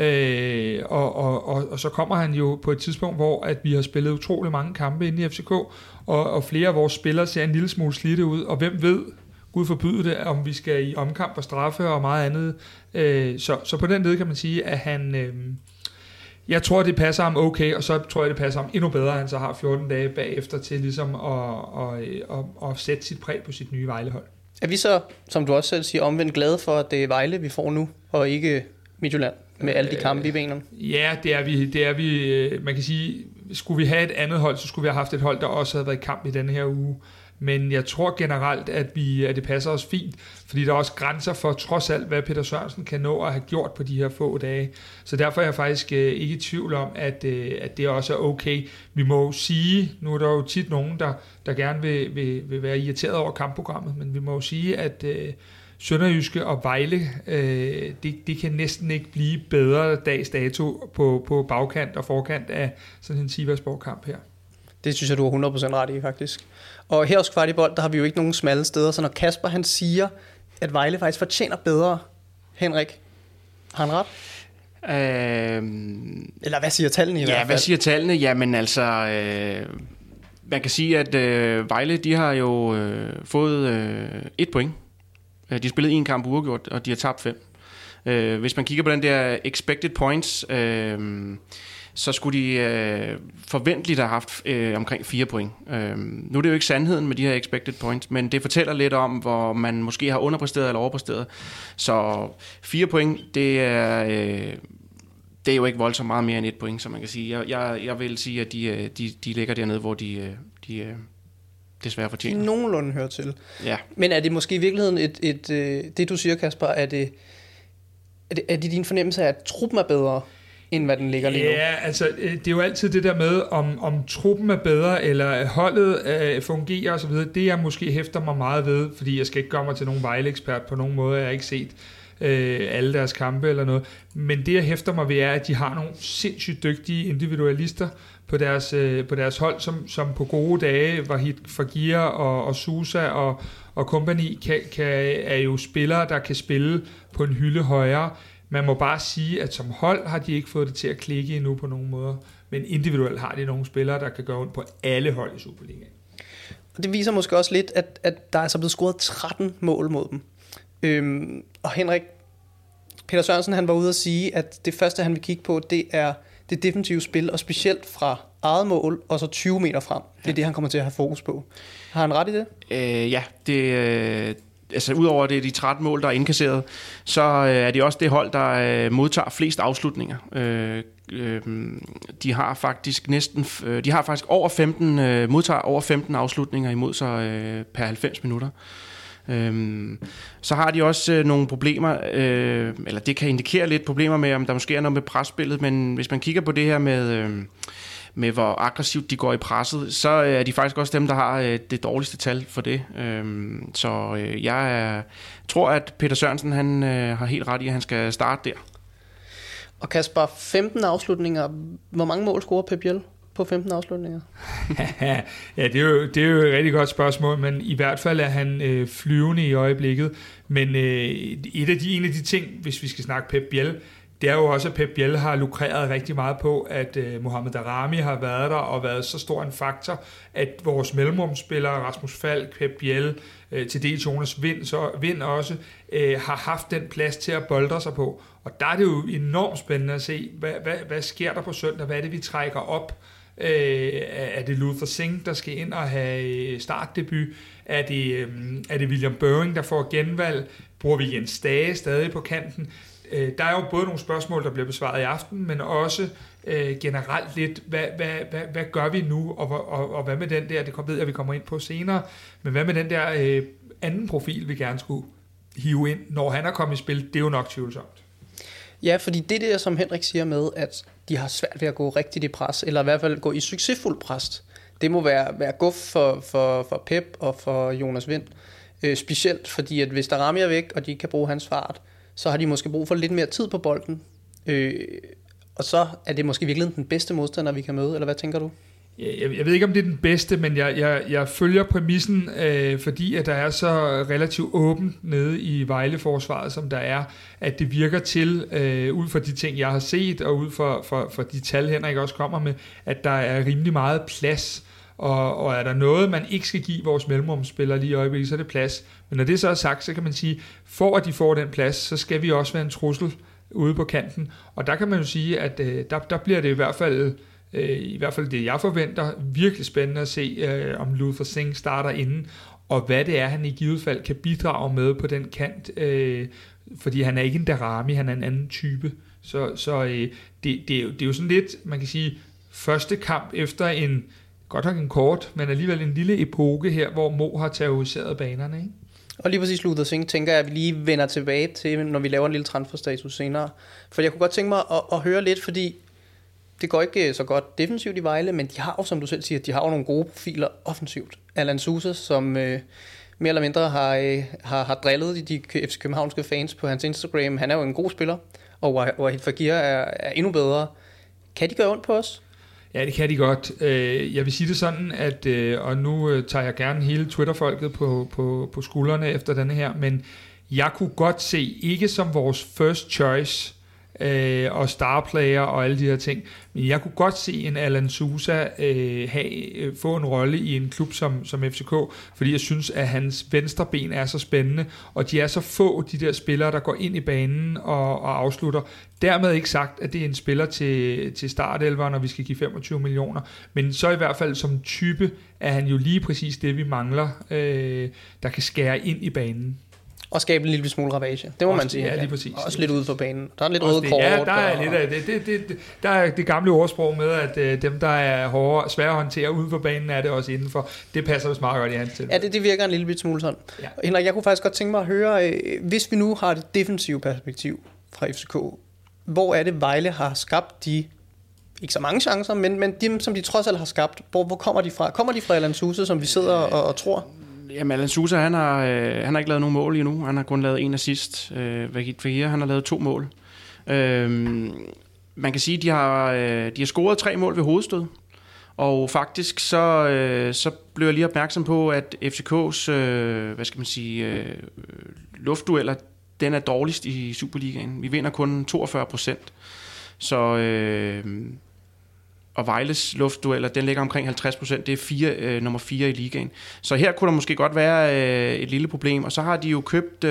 Og så kommer han jo på et tidspunkt, hvor at vi har spillet utrolig mange kampe inde i FCK, og flere af vores spillere ser en lille smule slidte ud, og hvem ved, Gud forbyde det, om vi skal i omkamp og straffe og meget andet. Så på den led kan man sige, at han... Jeg tror, det passer ham okay, og så tror jeg, det passer ham endnu bedre, at han så har 14 dage bagefter til ligesom at sætte sit præg på sit nye Vejlehold. Er vi så, som du også selv siger, omvendt glade for, at det er Vejle, vi får nu, og ikke Midtjylland med alle de kampe i benene? Ja, det er vi. Man kan sige, skulle vi have et andet hold, så skulle vi have haft et hold, der også havde været i kamp i denne her uge. Men jeg tror generelt, at det passer os fint, fordi der er også grænser for trods alt, hvad Peter Sørensen kan nå at have gjort på de her få dage. Så derfor er jeg faktisk ikke i tvivl om, at det også er okay. Vi må jo sige, nu er der jo tit nogen, der gerne vil være irriteret over kampprogrammet, men vi må jo sige, at Sønderjyske og Vejle, det kan næsten ikke blive bedre dags dato på bagkant og forkant af sådan en Sivasborg-kamp her. Det synes jeg, du har 100% ret i, faktisk. Og her hos Kvartibold, der har vi jo ikke nogen smalle steder, så når Kasper han siger, at Vejle faktisk fortjener bedre, Henrik, har han ret? Eller hvad siger tallene i hvert fald? Ja, hvad siger tallene? Jamen altså, man kan sige, at Vejle, de har jo fået 1 point. De har spillet 1 kamp uafgjort, og de har tabt 5. Hvis man kigger på den der expected points, så skulle de forventeligt have haft omkring 4 point. Nu er det jo ikke sandheden med de her expected points, men det fortæller lidt om, hvor man måske har underpræsteret eller overpræsteret. Så 4 point, det er jo ikke voldsomt meget mere end 1 point, som man kan sige. Jeg vil sige, at de ligger dernede, hvor de desværre fortjener. De nogenlunde hører til. Ja. Men er det måske i virkeligheden det du siger, Kasper, er det din fornemmelse af, at truppen er bedre? end hvad den ligger lige nu. Ja, altså det er jo altid det der med, om truppen er bedre, eller holdet fungerer osv. Det jeg måske hæfter mig meget ved, fordi jeg skal ikke gøre mig til nogen Vejle-ekspert på nogen måde, jeg har ikke set alle deres kampe eller noget. Men det jeg hæfter mig ved er, at de har nogle sindssygt dygtige individualister på deres hold, som på gode dage, Wahid Fagir og Sousa og company, er jo spillere, der kan spille på en hylde højere. Man må bare sige, at som hold har de ikke fået det til at klikke endnu på nogen måder. Men individuelt har de nogle spillere, der kan gøre ondt på alle hold i Superligaen. Og det viser måske også lidt, at der er så blevet scoret 13 mål mod dem. Og Peter Sørensen, han var ude at sige, at det første, han vil kigge på, det er det defensive spil, og specielt fra eget mål, og så 20 meter frem. Det er det, han kommer til at have fokus på. Har han ret i det? Ja, det altså udover det de 13 mål, der er indkasseret, så er det også det hold, der modtager flest afslutninger. De har faktisk over 15 modtager over 15 afslutninger imod sig per 90 minutter. Så har de også nogle problemer, eller det kan indikere lidt problemer med, om der måske er noget med presspillet, men hvis man kigger på det her med hvor aggressivt de går i presset, så er de faktisk også dem, der har det dårligste tal for det. Så jeg tror, at Peter Sørensen han har helt ret i, at han skal starte der. Og Kasper, 15 afslutninger. Hvor mange mål scorer Pep Biel på 15 afslutninger? Ja, det er jo et rigtig godt spørgsmål, men i hvert fald er han flyvende i øjeblikket. Men en af de ting, hvis vi skal snakke Pep Biel, det er jo også, at Pep Biel har lukreret rigtig meget på, at Mohamed Daramy har været der og været så stor en faktor, at vores mellemrumsspillere, Rasmus Falk, Pep Biel, til dels Jonas Vind også, har haft den plads til at boldre sig på. Og der er det jo enormt spændende at se, hvad sker der på søndag? Hvad er det, vi trækker op? Er det Luther Singh, der skal ind og have startdebut? Er det William Boeing, der får genvalg? Bruger vi Jens Stage stadig på kanten? Der er jo både nogle spørgsmål, der bliver besvaret i aften, men også generelt lidt, hvad gør vi nu, og hvad med den der, det ved jeg, vi kommer ind på senere, men hvad med den der anden profil, vi gerne skulle hive ind, når han er kommet i spil, det er jo nok tvivlsomt. Ja, fordi det der, som Henrik siger med, at de har svært ved at gå rigtigt i pres, eller i hvert fald gå i succesfuld pres, det må være guf for Pep og for Jonas Vind. Specielt fordi, at hvis Daramy er væk, og de ikke kan bruge hans fart, så har de måske brug for lidt mere tid på bolden. Og så er det måske virkelig den bedste modstander, vi kan møde, eller hvad tænker du? Jeg ved ikke, om det er den bedste, men jeg følger præmissen, fordi at der er så relativt åbent nede i Vejle-forsvaret, som der er, at det virker til, ud fra de ting, jeg har set, og ud fra de tal, Henrik også kommer med, at der er rimelig meget plads. Og er der noget, man ikke skal give vores mellemrumsspillere lige i øjeblikket, så er det plads. Men når det så er sagt, så kan man sige, for at de får den plads, så skal vi også være en trussel ude på kanten. Og der kan man jo sige, at der bliver det i hvert fald det, jeg forventer, virkelig spændende at se, om Luther Singh starter inden, og hvad det er, han i givet fald kan bidrage med på den kant, fordi han er ikke en Daramy, han er en anden type. Så det er jo sådan lidt, man kan sige, første kamp efter godt nok en kort, men alligevel en lille epoke her, hvor Mo har terroriseret banerne, ikke? Og lige præcis Luther Singh tænker jeg, at vi lige vender tilbage til, når vi laver en lille transferstatus senere. For jeg kunne godt tænke mig at høre lidt, fordi det går ikke så godt defensivt i Vejle, men de har jo, som du selv siger, de har jo nogle gode profiler offensivt. Alan Sousa, som mere eller mindre har drillet de FC Københavnske fans på hans Instagram. Han er jo en god spiller, og Wahid Fagir er endnu bedre. Kan de gøre ondt på os? Ja, det kan de godt. Jeg vil sige det sådan, at, og nu tager jeg gerne hele Twitter-folket på skuldrene efter denne her, men jeg kunne godt se, ikke som vores first choice og starplayer og alle de her ting, men jeg kunne godt se en Alan Sousa få en rolle i en klub som FCK, fordi jeg synes, at hans venstre ben er så spændende, og de er så få, de der spillere, der går ind i banen og afslutter. Dermed ikke sagt, at det er en spiller til startelver, når vi skal give 25 millioner, men så i hvert fald som type er han jo lige præcis det, vi mangler, der kan skære ind i banen. Og skabe en lille smule ravage. Det må man sige. Ja, lige præcis. Også lidt ude for banen. Der er lidt røde kort. Ja, der er lidt af det. Der er det gamle ordsprog med, at dem, der er hårdere, svære at håndtere ude for banen, er det også indenfor. Det passer også meget godt i hans til. Ja, det virker en lille smule sådan. Ja. Henrik, jeg kunne faktisk godt tænke mig at høre, hvis vi nu har det defensive perspektiv fra FCK, hvor er det Vejle har skabt de, ikke så mange chancer, men dem, som de trods alt har skabt, hvor kommer de fra? Kommer de fra Allan Sousa, som vi sidder og tror? Jamen, Allan Sousa, han har ikke lavet nogen mål endnu. Han har kun lavet en assist. Vagit Fahir, han har lavet 2 mål. Man kan sige, at de har scoret 3 mål ved hovedstød. Og faktisk så blev jeg lige opmærksom på, at FCK's luftdueller, den er dårligst i Superligaen. Vi vinder kun 42%. Så og Vejles luftdueller, den ligger omkring 50%. Det er nummer 4 i ligaen. Så her kunne der måske godt være et lille problem. Og så har de jo købt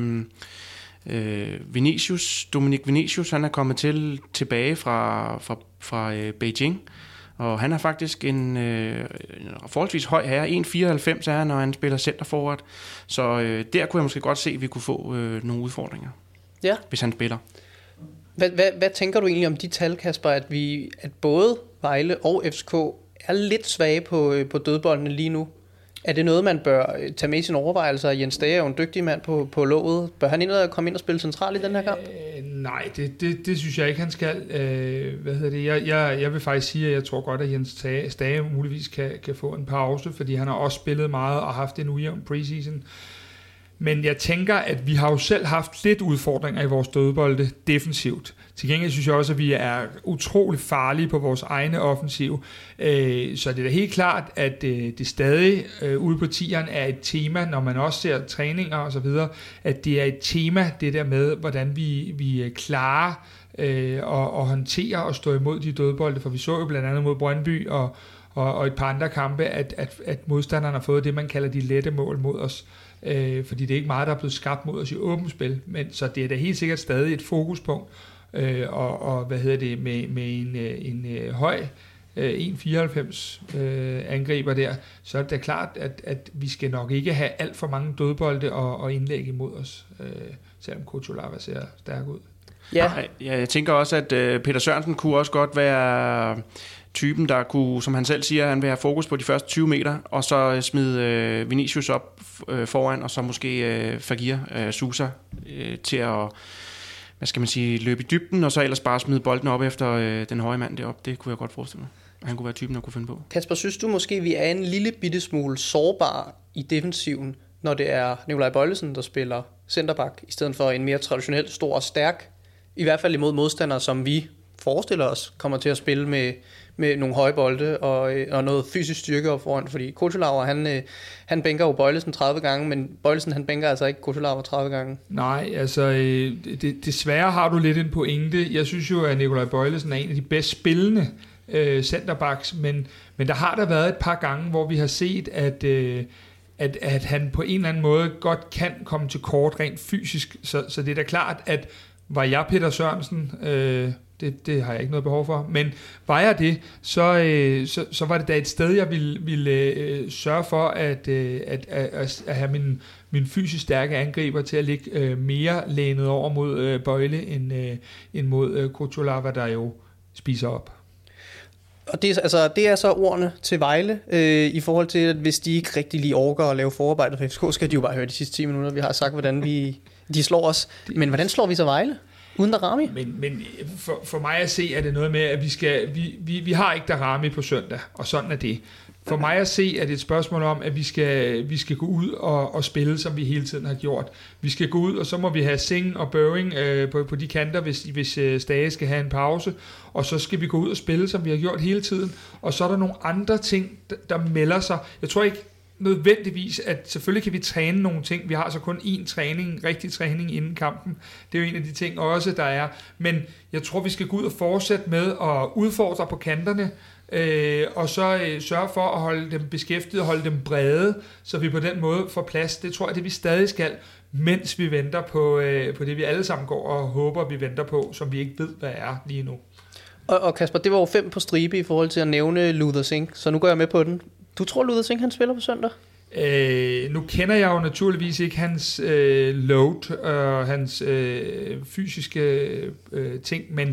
Dominic Vinicius. Han er kommet tilbage fra Beijing. Og han er faktisk en forholdsvis høj herre. 1,94 er han, når han spiller centerforward. Så der kunne jeg måske godt se, at vi kunne få nogle udfordringer, hvis han spiller. Hvad tænker du egentlig om de tal, Kasper, at både Vejle og FCK er lidt svage på dødboldene lige nu? Er det noget, man bør tage med i sine overvejelser? Jens Dage er jo en dygtig mand på låget. Bør han komme ind og spille centralt i den her kamp? Nej, det synes jeg ikke, han skal. Jeg vil faktisk sige, at jeg tror godt, at Jens Dage muligvis kan få en pause, fordi han har også spillet meget og haft en ujævn preseason. Men jeg tænker, at vi har jo selv haft lidt udfordringer i vores dødbolde defensivt. Til gengæld synes jeg også, at vi er utrolig farlige på vores egne offensiv. Så det er da helt klart, at det stadig ude på tieren er et tema, når man også ser træninger og så videre, at det er et tema, det der med, hvordan vi klarer og håndterer og stå imod de dødbolde. For vi så jo blandt andet mod Brøndby og et par andre kampe, at modstanderne har fået det, man kalder de lette mål mod os. Fordi det er ikke meget, der er blevet skabt mod os i åbent spil, men så det er da helt sikkert stadig et fokuspunkt, med en høj 1,94 angriber der, så er det da klart, at vi skal nok ikke have alt for mange dødbolde og indlæg imod os, selvom Kutsulava ser stærk ud. Ja, jeg tænker også, at Peter Sørensen kunne også godt være typen, der kunne, som han selv siger, han vil have fokus på de første 20 meter, og så smide Vinicius op foran, og så måske Fagir, Sousa, til at, løbe i dybden, og så ellers bare smide bolden op efter den høje mand deroppe. Det kunne jeg godt forestille mig. Han kunne være typen, der kunne finde på. Kasper, synes du måske, vi er en lille bitte smule sårbar i defensiven, når det er Nikolaj Bøjlesen, der spiller centerback, i stedet for en mere traditionelt stor og stærk, i hvert fald imod modstandere, som vi forestiller os kommer til at spille med nogle høje bolde og noget fysisk styrke op foran, fordi Kutsulava, han bænker jo Bøjlesen 30 gange, men Bøjlesen, han bænker altså ikke Kutsulava 30 gange. Nej, altså desværre har du lidt en pointe. Jeg synes jo, at Nikolaj Bøjlesen er en af de bedst spillende centerbacks, men der har der været et par gange, hvor vi har set, at han på en eller anden måde godt kan komme til kort rent fysisk, så det er da klart, at var jeg Peter Sørensen, det har jeg ikke noget behov for, men var jeg det, så var det da et sted, jeg ville sørge for at have min fysisk stærke angriber til at ligge mere lænet over mod Bøjle end mod Kutsulava, der jo spiser op. Og det er så ordene til Vejle, i forhold til, at hvis de ikke rigtig lige orker at lave forarbejdet for FCK, skal de jo bare høre de sidste 10 minutter. Vi har sagt, hvordan de slår os. Men hvordan slår vi så Vejle? Uden Darami? Men for mig at se, er det noget med, at vi har ikke Darami på søndag, og sådan er det. For mig at se, er det et spørgsmål om, at vi skal gå ud og spille, som vi hele tiden har gjort. Vi skal gå ud, og så må vi have Singh og Børing på de kanter, hvis Stage skal have en pause. Og så skal vi gå ud og spille, som vi har gjort hele tiden. Og så er der nogle andre ting, der melder sig. Jeg tror ikke nødvendigvis, at selvfølgelig kan vi træne nogle ting. Vi har så kun én træning, en rigtig træning inden kampen. Det er jo en af de ting også, der er. Men jeg tror, vi skal gå ud og fortsætte med at udfordre på kanterne, og så sørge for at holde dem beskæftiget og holde dem brede, så vi på den måde får plads. Det tror jeg, det vi stadig skal, mens vi venter på det, vi alle sammen går og håber, vi venter på, som vi ikke ved, hvad er lige nu. Og Kasper, det var jo 5 på stribe i forhold til at nævne Luther Singh, så nu går jeg med på den. Du tror, Luther Singh, han spiller på søndag? Nu kender jeg jo naturligvis ikke hans load og hans fysiske ting, men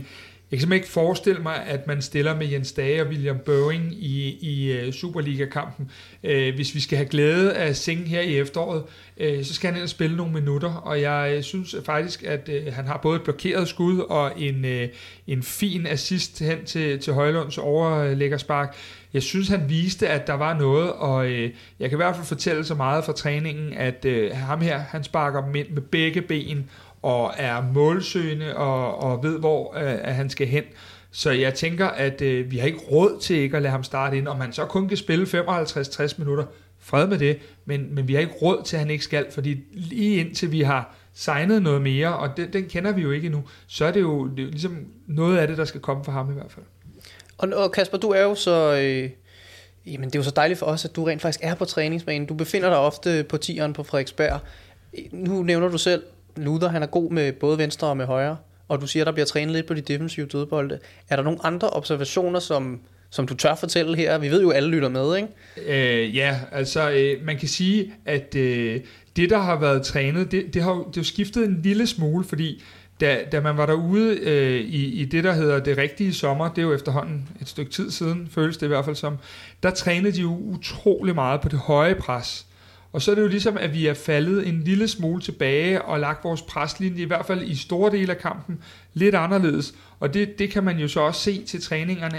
Jeg kan simpelthen ikke forestille mig, at man stiller med Jens Dage og William Boeing i Superliga-kampen. Hvis vi skal have glæde af Singh her i efteråret, så skal han ind og spille nogle minutter, og jeg synes faktisk, at han har både et blokeret skud og en fin assist hen til Højlunds overlæggerspark. Jeg synes, han viste, at der var noget, og jeg kan i hvert fald fortælle så meget fra træningen, at ham her, han sparker med begge ben, og er målsøgende og ved, hvor at han skal hen. Så jeg tænker, at vi har ikke råd til ikke at lade ham starte ind, om han så kun kan spille 55-60 minutter. Fred med det, men vi har ikke råd til, at han ikke skal, fordi lige indtil vi har signet noget mere, og den kender vi jo ikke endnu, så er det jo ligesom noget af det, der skal komme fra ham i hvert fald. Og Kasper, du er jo så... Jamen, det er jo så dejligt for os, at du rent faktisk er på træningsbanen. Du befinder dig ofte på 10'eren på Frederiksberg. Nu nævner du selv, Luther, han er god med både venstre og med højre, og du siger, der bliver trænet lidt på de defensive dødbolde. Er der nogle andre observationer, som du tør fortælle her? Vi ved jo, alle lytter med, ikke? Ja, altså man kan sige, at det, der har været trænet, det har jo skiftet en lille smule, fordi da man var derude i det, der hedder det rigtige sommer, det er jo efterhånden et stykke tid siden, føles det i hvert fald som, der trænede de jo utrolig meget på det høje pres. Og så er det jo ligesom, at vi er faldet en lille smule tilbage og lagt vores preslinje, i hvert fald i store dele af kampen, lidt anderledes. Og det kan man jo så også se til træningerne,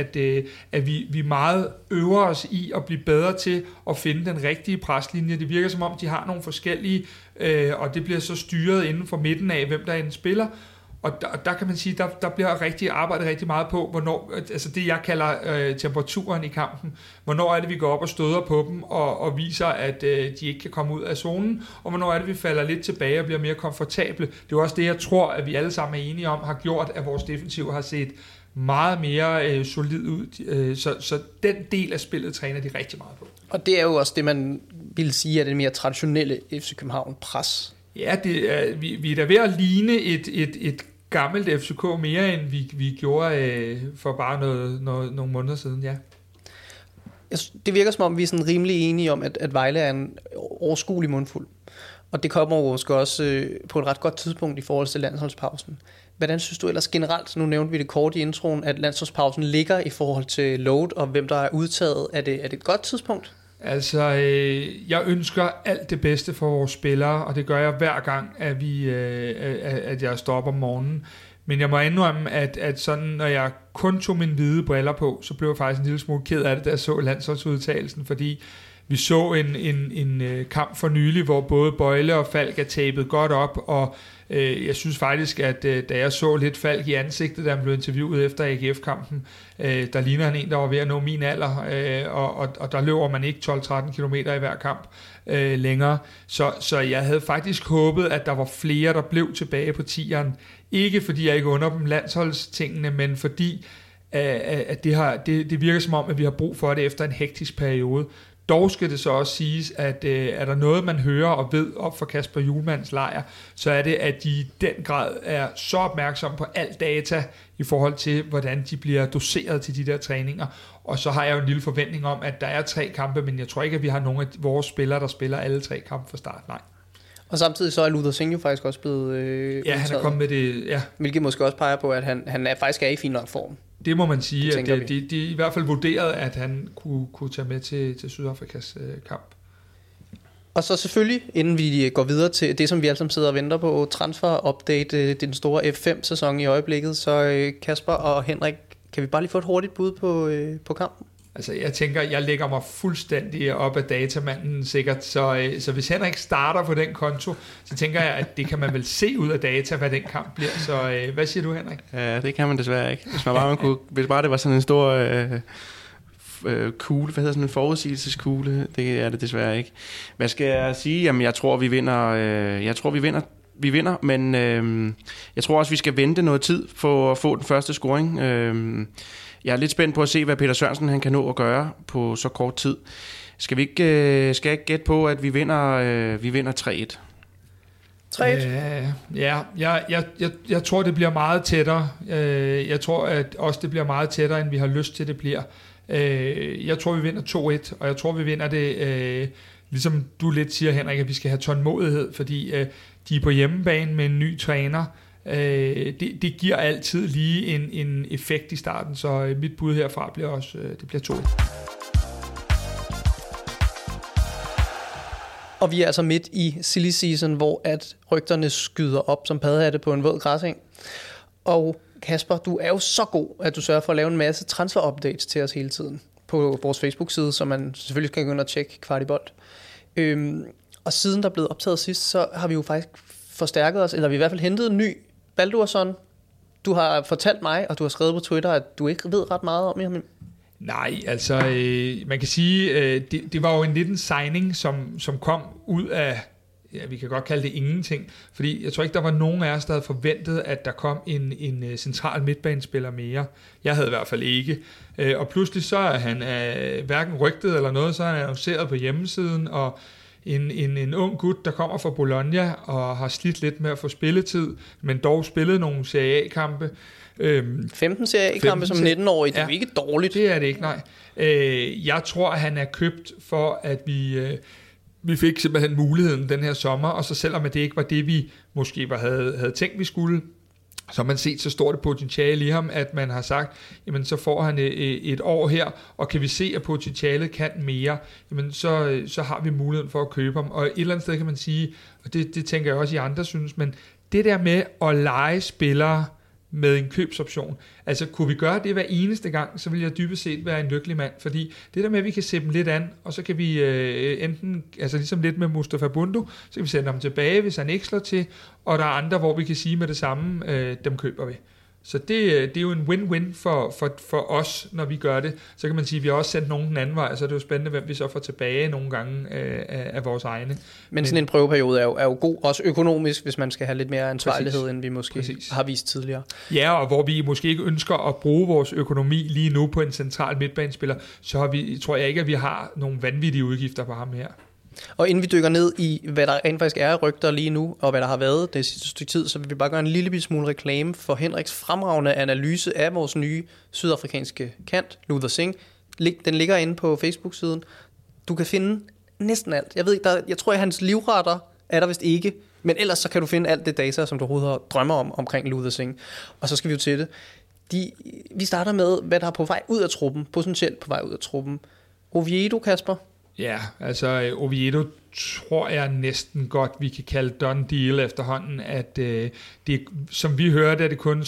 at vi meget øver os i at blive bedre til at finde den rigtige preslinje. Det virker som om, de har nogle forskellige, og det bliver så styret inden for midten af, hvem der end spiller. Og der kan man sige, der bliver arbejdet rigtig meget på, hvornår, altså det jeg kalder temperaturen i kampen, hvornår er det, vi går op og støder på dem, og viser, at de ikke kan komme ud af zonen, og hvornår er det, vi falder lidt tilbage og bliver mere komfortable. Det er jo også det, jeg tror, at vi alle sammen er enige om, har gjort, at vores defensiv har set meget mere solid ud. Så den del af spillet træner de rigtig meget på. Og det er jo også det, man vil sige, er det mere traditionelle FC København pres. Ja, vi er da ved at ligne et gammelt FCK mere, end vi gjorde for bare nogle måneder siden, ja. Det virker som om, vi er sådan rimelig enige om, at Vejle er en overskuelig mundfuld. Og det kommer jo også på et ret godt tidspunkt i forhold til landsholdspausen. Hvordan synes du ellers generelt, nu nævnte vi det kort i introen, at landsholdspausen ligger i forhold til load og hvem der er udtaget? Er det et godt tidspunkt? Altså, jeg ønsker alt det bedste for vores spillere, og det gør jeg hver gang, at jeg står op om morgenen. Men jeg må indrømme, at sådan, når jeg kun tog mine hvide briller på, så blev jeg faktisk en lille smule ked af det, da jeg så landsholdsudtagelsen, fordi vi så en kamp for nylig, hvor både Bøjle og Falk er tapet godt op, og jeg synes faktisk, at da jeg så lidt Falk i ansigtet, da han blev interviewet efter AGF-kampen, der ligner han en, der var ved at nå min alder, og der løber man ikke 12-13 km i hver kamp længere. Så jeg havde faktisk håbet, at der var flere, der blev tilbage på 10'eren. Ikke fordi jeg ikke under dem landsholdstingene, men fordi at det virker som om, at vi har brug for det efter en hektisk periode. Dog skal det så også siges, at er der noget, man hører og ved op for Kasper Hjulmands lejr, så er det, at de i den grad er så opmærksomme på al data i forhold til, hvordan de bliver doseret til de der træninger. Og så har jeg jo en lille forventning om, at der er 3 kampe, men jeg tror ikke, at vi har nogen af vores spillere, der spiller alle 3 kampe fra start. Nej. Og samtidig så er Luther Singh jo faktisk også blevet ja, han er kommet med det, ja. Hvilket måske også peger på, at han faktisk er i fin nok form. Det må man sige, at de i hvert fald vurderede, at han kunne tage med til Sydafrikas kamp. Og så selvfølgelig, inden vi går videre til det, som vi alle sammen sidder og venter på, transfer-update, den store F5-sæson i øjeblikket, så Kasper og Henrik, kan vi bare lige få et hurtigt bud på kampen? Altså, jeg tænker, jeg lægger mig fuldstændig op af datamanden sikkert, så hvis Henrik starter på den konto, så tænker jeg, at det kan man vel se ud af data, hvad den kamp bliver. Så hvad siger du, Henrik? Ja, det kan man desværre ikke. Hvis bare det var sådan en stor kugle, hvad hedder sådan en forudsigelseskugle, det er det desværre ikke. Hvad skal jeg sige? Jamen, jeg tror, vi vinder. Vi vinder, men jeg tror også, vi skal vente noget tid for at få den første scoring. Jeg er lidt spændt på at se, hvad Peter Sørensen han kan nå at gøre på så kort tid. Skal jeg ikke gætte på, at vi vinder 3-1? 3-1? Ja, jeg tror, det bliver meget tættere. Jeg tror, at også det bliver meget tættere, end vi har lyst til, det bliver. Jeg tror, vi vinder 2-1, og jeg tror, vi vinder det, ligesom du lidt siger, Henrik, at vi skal have tålmodighed, fordi de er på hjemmebane med en ny træner. Det giver altid lige en effekt i starten, så mit bud herfra bliver også, det bliver 2-1. Og vi er altså midt i silly season, hvor at rygterne skyder op som paddehatte på en våd græseng. Og Kasper, du er jo så god, at du sørger for at lave en masse transfer-updates til os hele tiden på vores Facebook-side, så man selvfølgelig kan gå ind og tjekke Kvartibold. Og siden der er blevet optaget sidst, så har vi jo faktisk forstærket os, eller vi i hvert fald hentet en ny Baldursson. Du har fortalt mig, og du har skrevet på Twitter, at du ikke ved ret meget om ham. Nej, altså man kan sige, det var jo en liten signing, som kom ud af, ja, vi kan godt kalde det ingenting, fordi jeg tror ikke, der var nogen af os, der havde forventet, at der kom en central midtbanespiller mere. Jeg havde i hvert fald ikke. Og pludselig så er han hverken rygtet eller noget, så er han annonceret på hjemmesiden, og en ung gut, der kommer fra Bologna og har slidt lidt med at få spilletid, men dog spillet nogle Serie A-kampe. 15 Serie A-kampe som 19-årig, det er jo ikke dårligt. Det er det ikke, nej. Jeg tror, han er købt for, at vi fik simpelthen muligheden den her sommer, og så selvom det ikke var det, vi måske havde tænkt, vi skulle, så har man set så stort et potentiale i ham, at man har sagt, jamen så får han et år her, og kan vi se, at potentialet kan mere, jamen så har vi muligheden for at købe ham. Og et eller andet sted kan man sige, og det tænker jeg også, I andre synes, men det der med at lege spillere med en købsoption. Altså, kunne vi gøre det hver eneste gang, så ville jeg dybest set være en lykkelig mand, fordi det der med, at vi kan se dem lidt an, og så kan vi enten, altså ligesom lidt med Mustafa Bundu, så kan vi sende ham tilbage, hvis han ikke slår til, og der er andre, hvor vi kan sige med det samme, dem køber vi. Så det er jo en win-win for os, når vi gør det. Så kan man sige, at vi har også sendt nogen den anden vej, så det er jo spændende, hvem vi så får tilbage nogle gange af vores egne. Men sådan en prøveperiode er jo god, også økonomisk, hvis man skal have lidt mere ansvarlighed, end vi måske har vist tidligere. Ja, og hvor vi måske ikke ønsker at bruge vores økonomi lige nu på en central midtbanespiller, så tror jeg ikke, at vi har nogle vanvittige udgifter på ham her. Og inden vi dykker ned i, hvad der rent faktisk er rygter lige nu, og hvad der har været det sidste stykke tid, så vil vi bare gøre en lille smule reklame for Henriks fremragende analyse af vores nye sydafrikanske kant, Luther Singh. Den ligger inde på Facebook-siden. Du kan finde næsten alt. Jeg ved ikke, jeg tror, at hans livretter er der vist ikke, men ellers så kan du finde alt det data, som du overhovedet drømmer omkring Luther Singh. Og så skal vi jo til det. Vi starter med, hvad der er på vej ud af truppen, potentielt på vej ud af truppen. Oviedo, Kasper? Ja, altså Oviedo tror jeg næsten godt, vi kan kalde done deal efterhånden, at det, som vi hørte, er det kun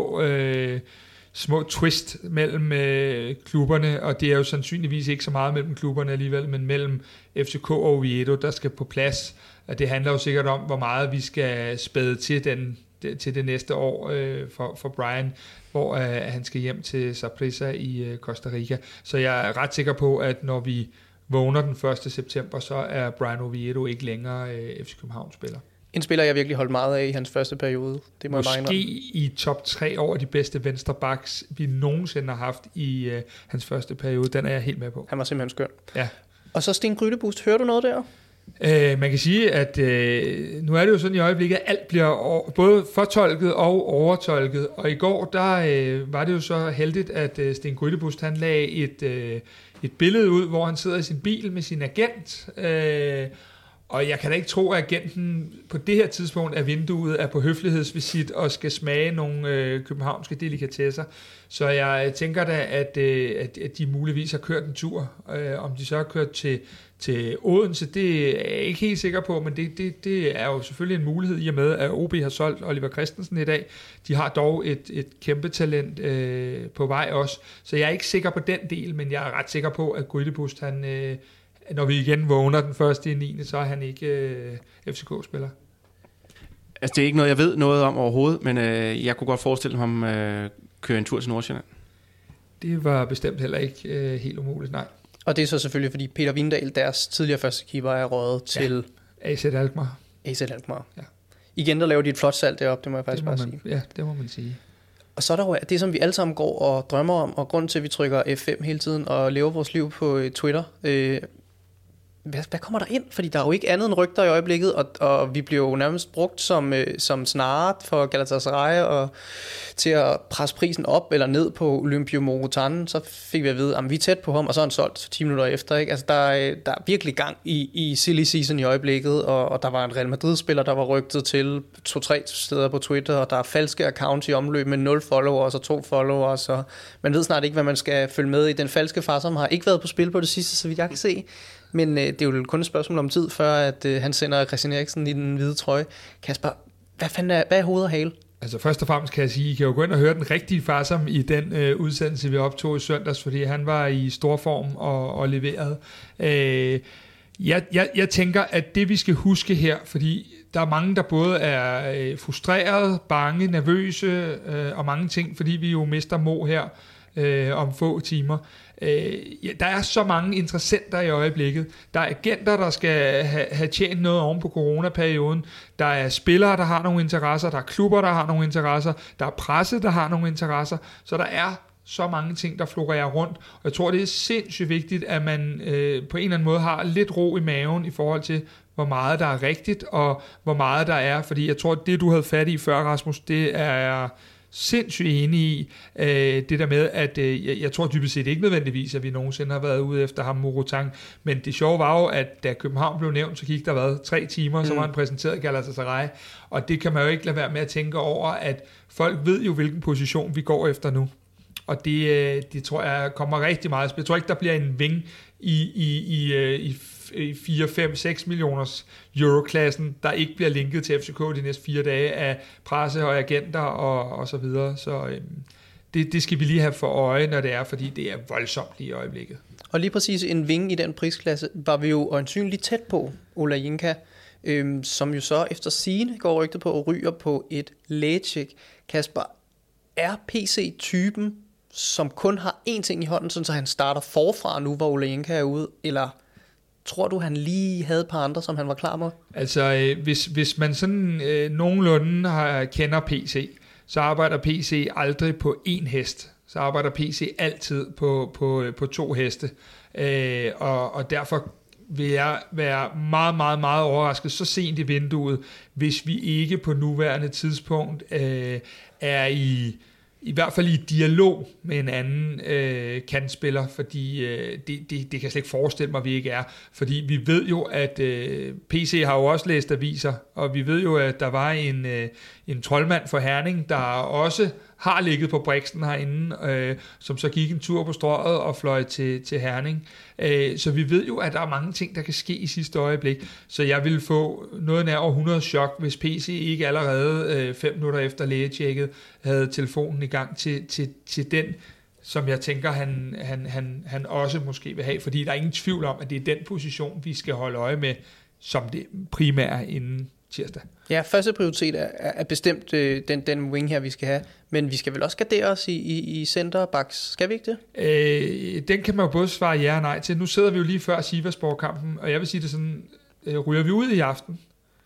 små twist mellem klubberne, og det er jo sandsynligvis ikke så meget mellem klubberne alligevel, men mellem FCK og Oviedo, der skal på plads. Og det handler jo sikkert om, hvor meget vi skal spæde til det næste år for Brian, hvor han skal hjem til Saprissa i Costa Rica. Så jeg er ret sikker på, at når vi vågner den 1. september, så er Brian Oviedo ikke længere FC København-spiller. En spiller, jeg virkelig holdt meget af i hans første periode. Det må måske jeg bare i top 3 over de bedste venstrebacks, vi nogensinde har haft i hans første periode. Den er jeg helt med på. Han var simpelthen skøn. Ja. Og så Sten Grydebust, hører du noget der? Man kan sige, at nu er det jo sådan i øjeblikket, at alt bliver både fortolket og overtolket. Og i går, der var det jo så heldigt, at Sten Grydebust, han lagde et billede ud, hvor han sidder i sin bil med sin agent. Og jeg kan da ikke tro, at agenten på det her tidspunkt af vinduet er på høflighedsvisit og skal smage nogle københavnske delikatesser. Så jeg tænker da, at de muligvis har kørt en tur. Om de så har kørt til Odense, det er jeg ikke helt sikker på, men det er jo selvfølgelig en mulighed i og med, at OB har solgt Oliver Christensen i dag. De har dog et kæmpe talent på vej også. Så jeg er ikke sikker på den del, men jeg er ret sikker på, at Grydebust, han... når vi igen vågner den 1.9., så er han ikke FCK-spiller. Altså, det er ikke noget, jeg ved noget om overhovedet, men jeg kunne godt forestille mig, om køre en tur til Nordsjælland. Det var bestemt heller ikke helt umuligt, nej. Og det er så selvfølgelig, fordi Peter Vindal, deres tidligere første keeper, er røget til... AZ Alkmaar. AZ Alkmaar. Ja. Igen, der laver de et flot salg deroppe, det må jeg faktisk bare sige. Ja, det må man sige. Og så er der jo det, som vi alle sammen går og drømmer om, og grunden til, at vi trykker F5 hele tiden og lever vores liv på Twitter. hvad kommer der ind? Fordi der er jo ikke andet end rygter i øjeblikket, og vi bliver jo nærmest brugt som snare for Galatasaray og til at presse prisen op eller ned på Olympio Morutan. Så fik vi at vide, at vi er tæt på ham, og så er han solgt 10 minutter efter. Ikke? Altså, der er virkelig gang i silly season i øjeblikket, og der var en Real Madrid-spiller, der var rygtet til 2-3 steder på Twitter, og der er falske accounts i omløb med 0 followers og 2 followers, og man ved snart ikke, hvad man skal følge med i. Den falske far, som har ikke været på spil på det sidste, så vidt jeg kan se. Men det er jo kun et spørgsmål om tid, før at han sender Christian Eriksen i den hvide trøje. Kasper, hvad er hoved og hale? Altså først og fremmest kan jeg sige, I kan jo gå ind og høre den rigtige Farsam i den udsendelse, vi optog i søndags, fordi han var i stor form og leveret. Jeg tænker, at det vi skal huske her, fordi der er mange, der både er frustreret, bange, nervøse og mange ting, fordi vi jo mister Mo her om få timer. Der er så mange interessenter i øjeblikket. Der er agenter, der skal have tjent noget oven på coronaperioden. Der er spillere, der har nogle interesser. Der er klubber, der har nogle interesser. Der er presse, der har nogle interesser. Så der er så mange ting, der florerer rundt. Og jeg tror, det er sindssygt vigtigt, at man på en eller anden måde har lidt ro i maven i forhold til, hvor meget der er rigtigt, og hvor meget der er. Fordi jeg tror, at det, du havde fat i før, Rasmus, det er sindssygt enig i det der med, at jeg tror dybest set ikke nødvendigvis, at vi nogensinde har været ude efter ham, Morutan, men det sjove var jo, at da København blev nævnt, så gik der 3 timer, så var han præsenteret Galatasaray, og det kan man jo ikke lade være med at tænke over, at folk ved jo, hvilken position vi går efter nu, og det tror jeg kommer rigtig meget. Jeg tror ikke, der bliver en ving i 4, 5, 6 millioners euroklassen, der ikke bliver linket til FCK de næste 4 dage af presse og agenter og så videre. Så det skal vi lige have for øje, når det er, fordi det er voldsomt lige i øjeblikket. Og lige præcis en vinge i den prisklasse var vi jo øjensynligt tæt på, Ola Jinka, som jo så efter sigende går rygtet på og ryger på et lægetjek. Kasper, er PC typen, som kun har én ting i hånden, så han starter forfra nu, hvor Ola Jinka er ude, eller tror du, han lige havde et par andre, som han var klar med? Altså, hvis man sådan nogenlunde kender PC, så arbejder PC aldrig på én hest. Så arbejder PC altid på 2 heste. Og derfor vil jeg være meget, meget, meget overrasket så sent i vinduet, hvis vi ikke på nuværende tidspunkt er i hvert fald i dialog med en anden kantspiller, fordi det kan jeg slet ikke forestille mig, at vi ikke er. Fordi vi ved jo, at PC har jo også læst aviser, og vi ved jo, at der var en troldmand for Herning, der også har ligget på Brixen herinde, som så gik en tur på strøget og fløj til Herning. Så vi ved jo, at der er mange ting, der kan ske i sidste øjeblik. Så jeg ville få noget nær 100 chok, hvis PC ikke allerede 5 minutter efter lægetjekket havde telefonen i gang til den, som jeg tænker, han også måske vil have. Fordi der er ingen tvivl om, at det er den position, vi skal holde øje med, som det primære inden tirsdag. Ja, første prioritet er bestemt den wing her, vi skal have. Men vi skal vel også gardere os i centerbacks. Skal vi ikke det? Den kan man jo både svare ja og nej til. Nu sidder vi jo lige før Sivasborg-kampen, og jeg vil sige det sådan, ryger vi ud i aften,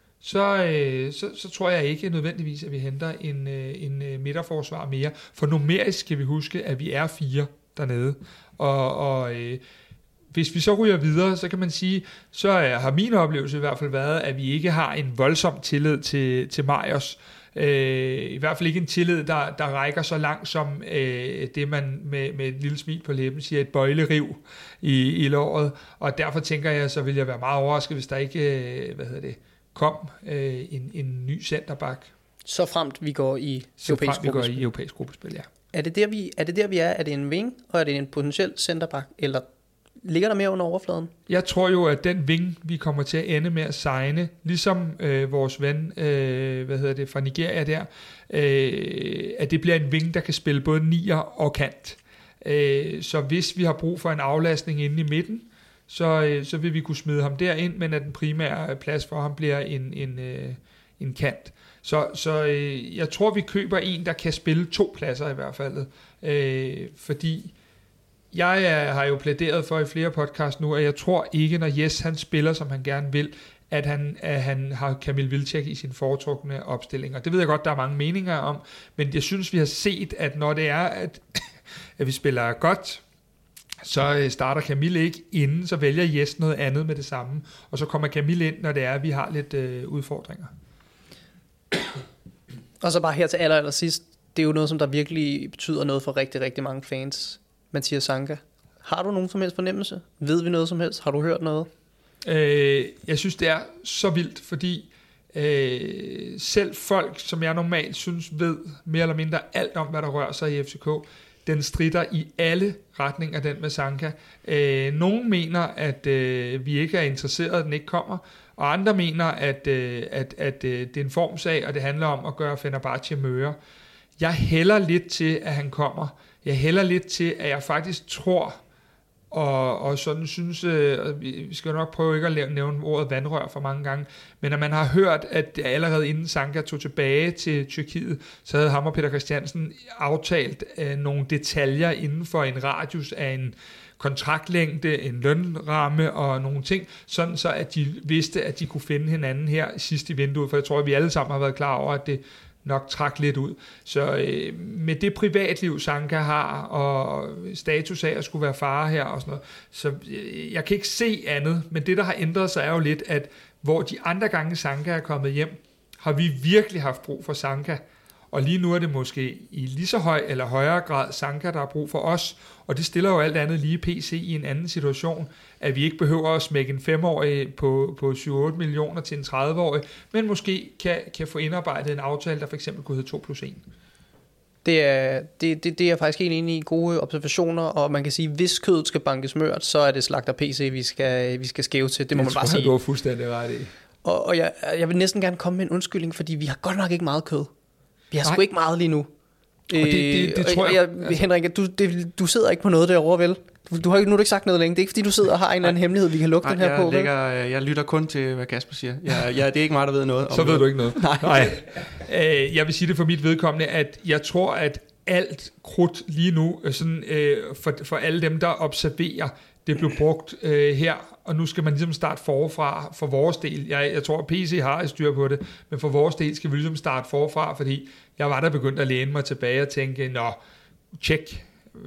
så tror jeg ikke nødvendigvis, at vi henter en midterforsvar mere. For numerisk skal vi huske, at vi er 4 dernede. Og hvis vi så ryger videre, så kan man sige, så har min oplevelse i hvert fald været, at vi ikke har en voldsom tillid til Marius. I hvert fald ikke en tillid, der rækker så langt som det, man med et lille smil på læben siger, et bøjleriv i låret. Og derfor tænker jeg, så vil jeg være meget overrasket, hvis der ikke kom en ny centerback. Så fremt vi går i europæisk gruppespil, ja. Er det der vi er? Er det en wing, og er det en potentiel centerback, eller ligger der mere under overfladen? Jeg tror jo, at den wing, vi kommer til at ende med at signe, ligesom vores ven fra Nigeria der, at det bliver en wing, der kan spille både nier og kant. Så hvis vi har brug for en aflastning inde i midten, så vil vi kunne smide ham derind, men at den primære plads for ham bliver en kant. Så jeg tror, vi køber en, der kan spille 2 pladser i hvert fald, fordi jeg har jo plæderet for i flere podcasts nu, at jeg tror ikke, når Jes han spiller, som han gerne vil, at han har Kamil Vilcek i sin foretrukne opstilling. Og det ved jeg godt, der er mange meninger om, men jeg synes, vi har set, at når det er, at vi spiller godt, så starter Camille ikke inden, så vælger Jes noget andet med det samme, og så kommer Camille ind, når det er, at vi har lidt udfordringer. Og så bare her til aller sidst, det er jo noget, som der virkelig betyder noget for rigtig, rigtig mange fans. Mathias Sanka, har du nogen som helst fornemmelse? Ved vi noget som helst? Har du hørt noget? Jeg synes, det er så vildt, fordi selv folk, som jeg normalt synes ved mere eller mindre alt om, hvad der rører sig i FCK, den stritter i alle retninger, den med Sanka. Nogen mener, at vi ikke er interesseret, at den ikke kommer, og andre mener, at det er en formsag, og det handler om at gøre Fenerbahce møre. Jeg hælder lidt til, at han kommer. Jeg hælder lidt til, at jeg faktisk tror, og sådan synes, vi skal nok prøve ikke at nævne ordet vandrør for mange gange, men når man har hørt, at allerede inden Sanka tog tilbage til Tyrkiet, så havde ham og Peter Christiansen aftalt nogle detaljer inden for en radius af en kontraktlængde, en lønramme og nogle ting, sådan så at de vidste, at de kunne finde hinanden her sidst i vinduet, for jeg tror, at vi alle sammen har været klar over, at det nok træk lidt ud. Så med det privatliv, Sanka har, og status af at skulle være far her og sådan noget, så jeg kan ikke se andet, men det, der har ændret sig, er jo lidt, at hvor de andre gange Sanka er kommet hjem, har vi virkelig haft brug for Sanka, og lige nu er det måske i lige så høj eller højere grad Sanka, der har brug for os, og det stiller jo alt andet lige PC i en anden situation, at vi ikke behøver at smække en 5-årig på 7-8 millioner til en 30-årig, men måske kan få indarbejdet en aftale, der for eksempel kunne hedde 2+1. Det er jeg faktisk helt enig i, gode observationer, og man kan sige, hvis kødet skal bankes mørt, så er det slagter PC, vi skal skæve til. Det må man bare sige. Det tror jeg, fuldstændig ret i. Og jeg vil næsten gerne komme med en undskyldning, fordi vi har godt nok ikke meget kød. Vi har sgu ikke meget lige nu. Og det tror jeg... Henrik, du sidder ikke på noget derovre, vel? Nu har du ikke sagt noget længe. Det er ikke, fordi du sidder og har en eller anden hemmelighed, vi kan lukke den her på, vel? Jeg lytter kun til, hvad Kasper siger. Det er ikke mig, der ved noget om så ved noget. du ikke noget. Nej. Jeg vil sige det for mit vedkommende, at jeg tror, at alt krudt lige nu, sådan, for alle dem, der observerer, det blev brugt her, og nu skal man ligesom starte forfra for vores del. Jeg tror, at PC har et styr på det, men for vores del skal vi ligesom starte forfra, fordi jeg var der begyndt at læne mig tilbage og tænke, tjek,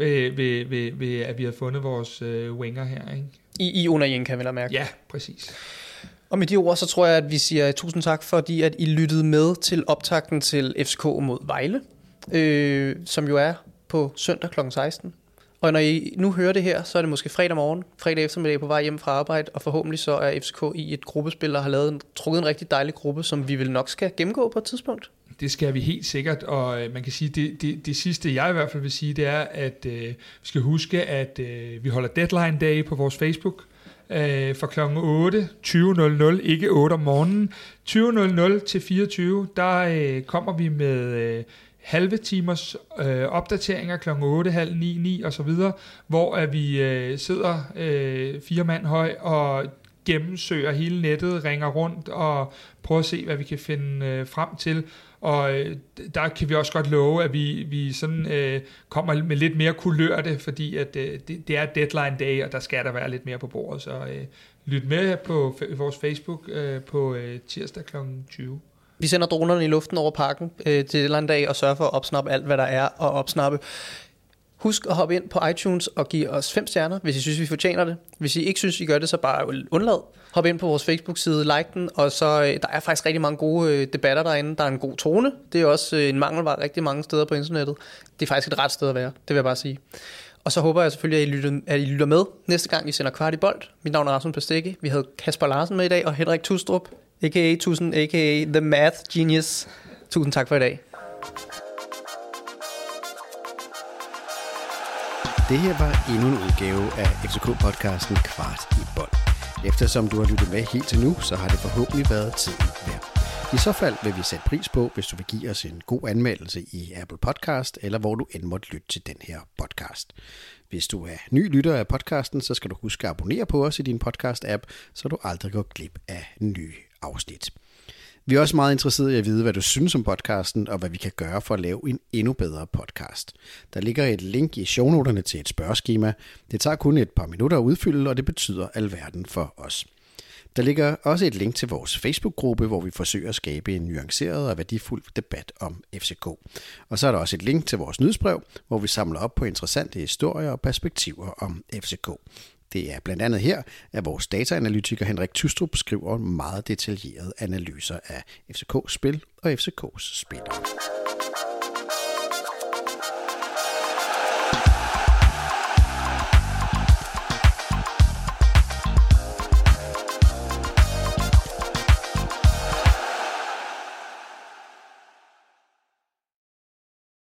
ved at vi har fundet vores winger her, ikke? I Onarjenka, vil jeg mærke. Ja, præcis. Og med de ord, så tror jeg, at vi siger tusind tak, fordi at I lyttede med til optakten til FCK mod Vejle, som jo er på søndag kl. 16. Og når I nu hører det her, så er det måske fredag morgen, fredag eftermiddag på vej hjem fra arbejde, og forhåbentlig så er FCK i et gruppespil, der har trukket en rigtig dejlig gruppe, som vi vel nok skal gennemgå på et tidspunkt. Det skal vi helt sikkert, og man kan sige, det sidste jeg i hvert fald vil sige, det er, at vi skal huske, at vi holder deadline day på vores Facebook, fra kl. 8, 20.00, ikke 8 om morgenen, 20.00 til 24, der kommer vi med halve timers opdateringer kl. 8, halv 9, 9 og så videre, hvor at vi sidder 4 mand høj og gennemsøger hele nettet, ringer rundt og prøver at se, hvad vi kan finde frem til. Og der kan vi også godt love, at vi sådan kommer med lidt mere kulørte, fordi at det er deadline day, og der skal der være lidt mere på bordet. Så lyt med på vores Facebook på tirsdag kl. 20. Vi sender dronerne i luften over parken til deadline day og sørger for at opsnappe alt, hvad der er at opsnappe. Husk at hoppe ind på iTunes og give os 5 stjerner, hvis I synes, vi fortjener det. Hvis I ikke synes, I gør det, så bare undlad. Hop ind på vores Facebook-side, like den, og så der er faktisk rigtig mange gode debatter derinde. Der er en god tone. Det er også en mangelvare rigtig mange steder på internettet. Det er faktisk et ret sted at være, det vil jeg bare sige. Og så håber jeg selvfølgelig, at I lytter med næste gang, vi sender Kvart i Bold. Mit navn er Rasmus Pastække. Vi havde Kasper Larsen med i dag, og Henrik Tustrup, a.k.a. Tusind, a.k.a. The Math Genius. Tusind tak for i dag. Det her var endnu en udgave af FCK-podcasten Kvart i Bold. Eftersom du har lyttet med helt til nu, så har det forhåbentlig været tiden værd. I så fald vil vi sætte pris på, hvis du vil give os en god anmeldelse i Apple Podcast, eller hvor du end måtte lytte til den her podcast. Hvis du er ny lytter af podcasten, så skal du huske at abonnere på os i din podcast-app, så du aldrig går glip af nye afsnit. Vi er også meget interesserede i at vide, hvad du synes om podcasten, og hvad vi kan gøre for at lave en endnu bedre podcast. Der ligger et link i shownoterne til et spørgeskema. Det tager kun et par minutter at udfylde, og det betyder alverden for os. Der ligger også et link til vores Facebook-gruppe, hvor vi forsøger at skabe en nuanceret og værdifuld debat om FCK. Og så er der også et link til vores nyhedsbrev, hvor vi samler op på interessante historier og perspektiver om FCK. Det er blandt andet her, at vores dataanalytiker Henrik Tystrup skriver meget detaljerede analyser af FCK's spil og FCK's spillere.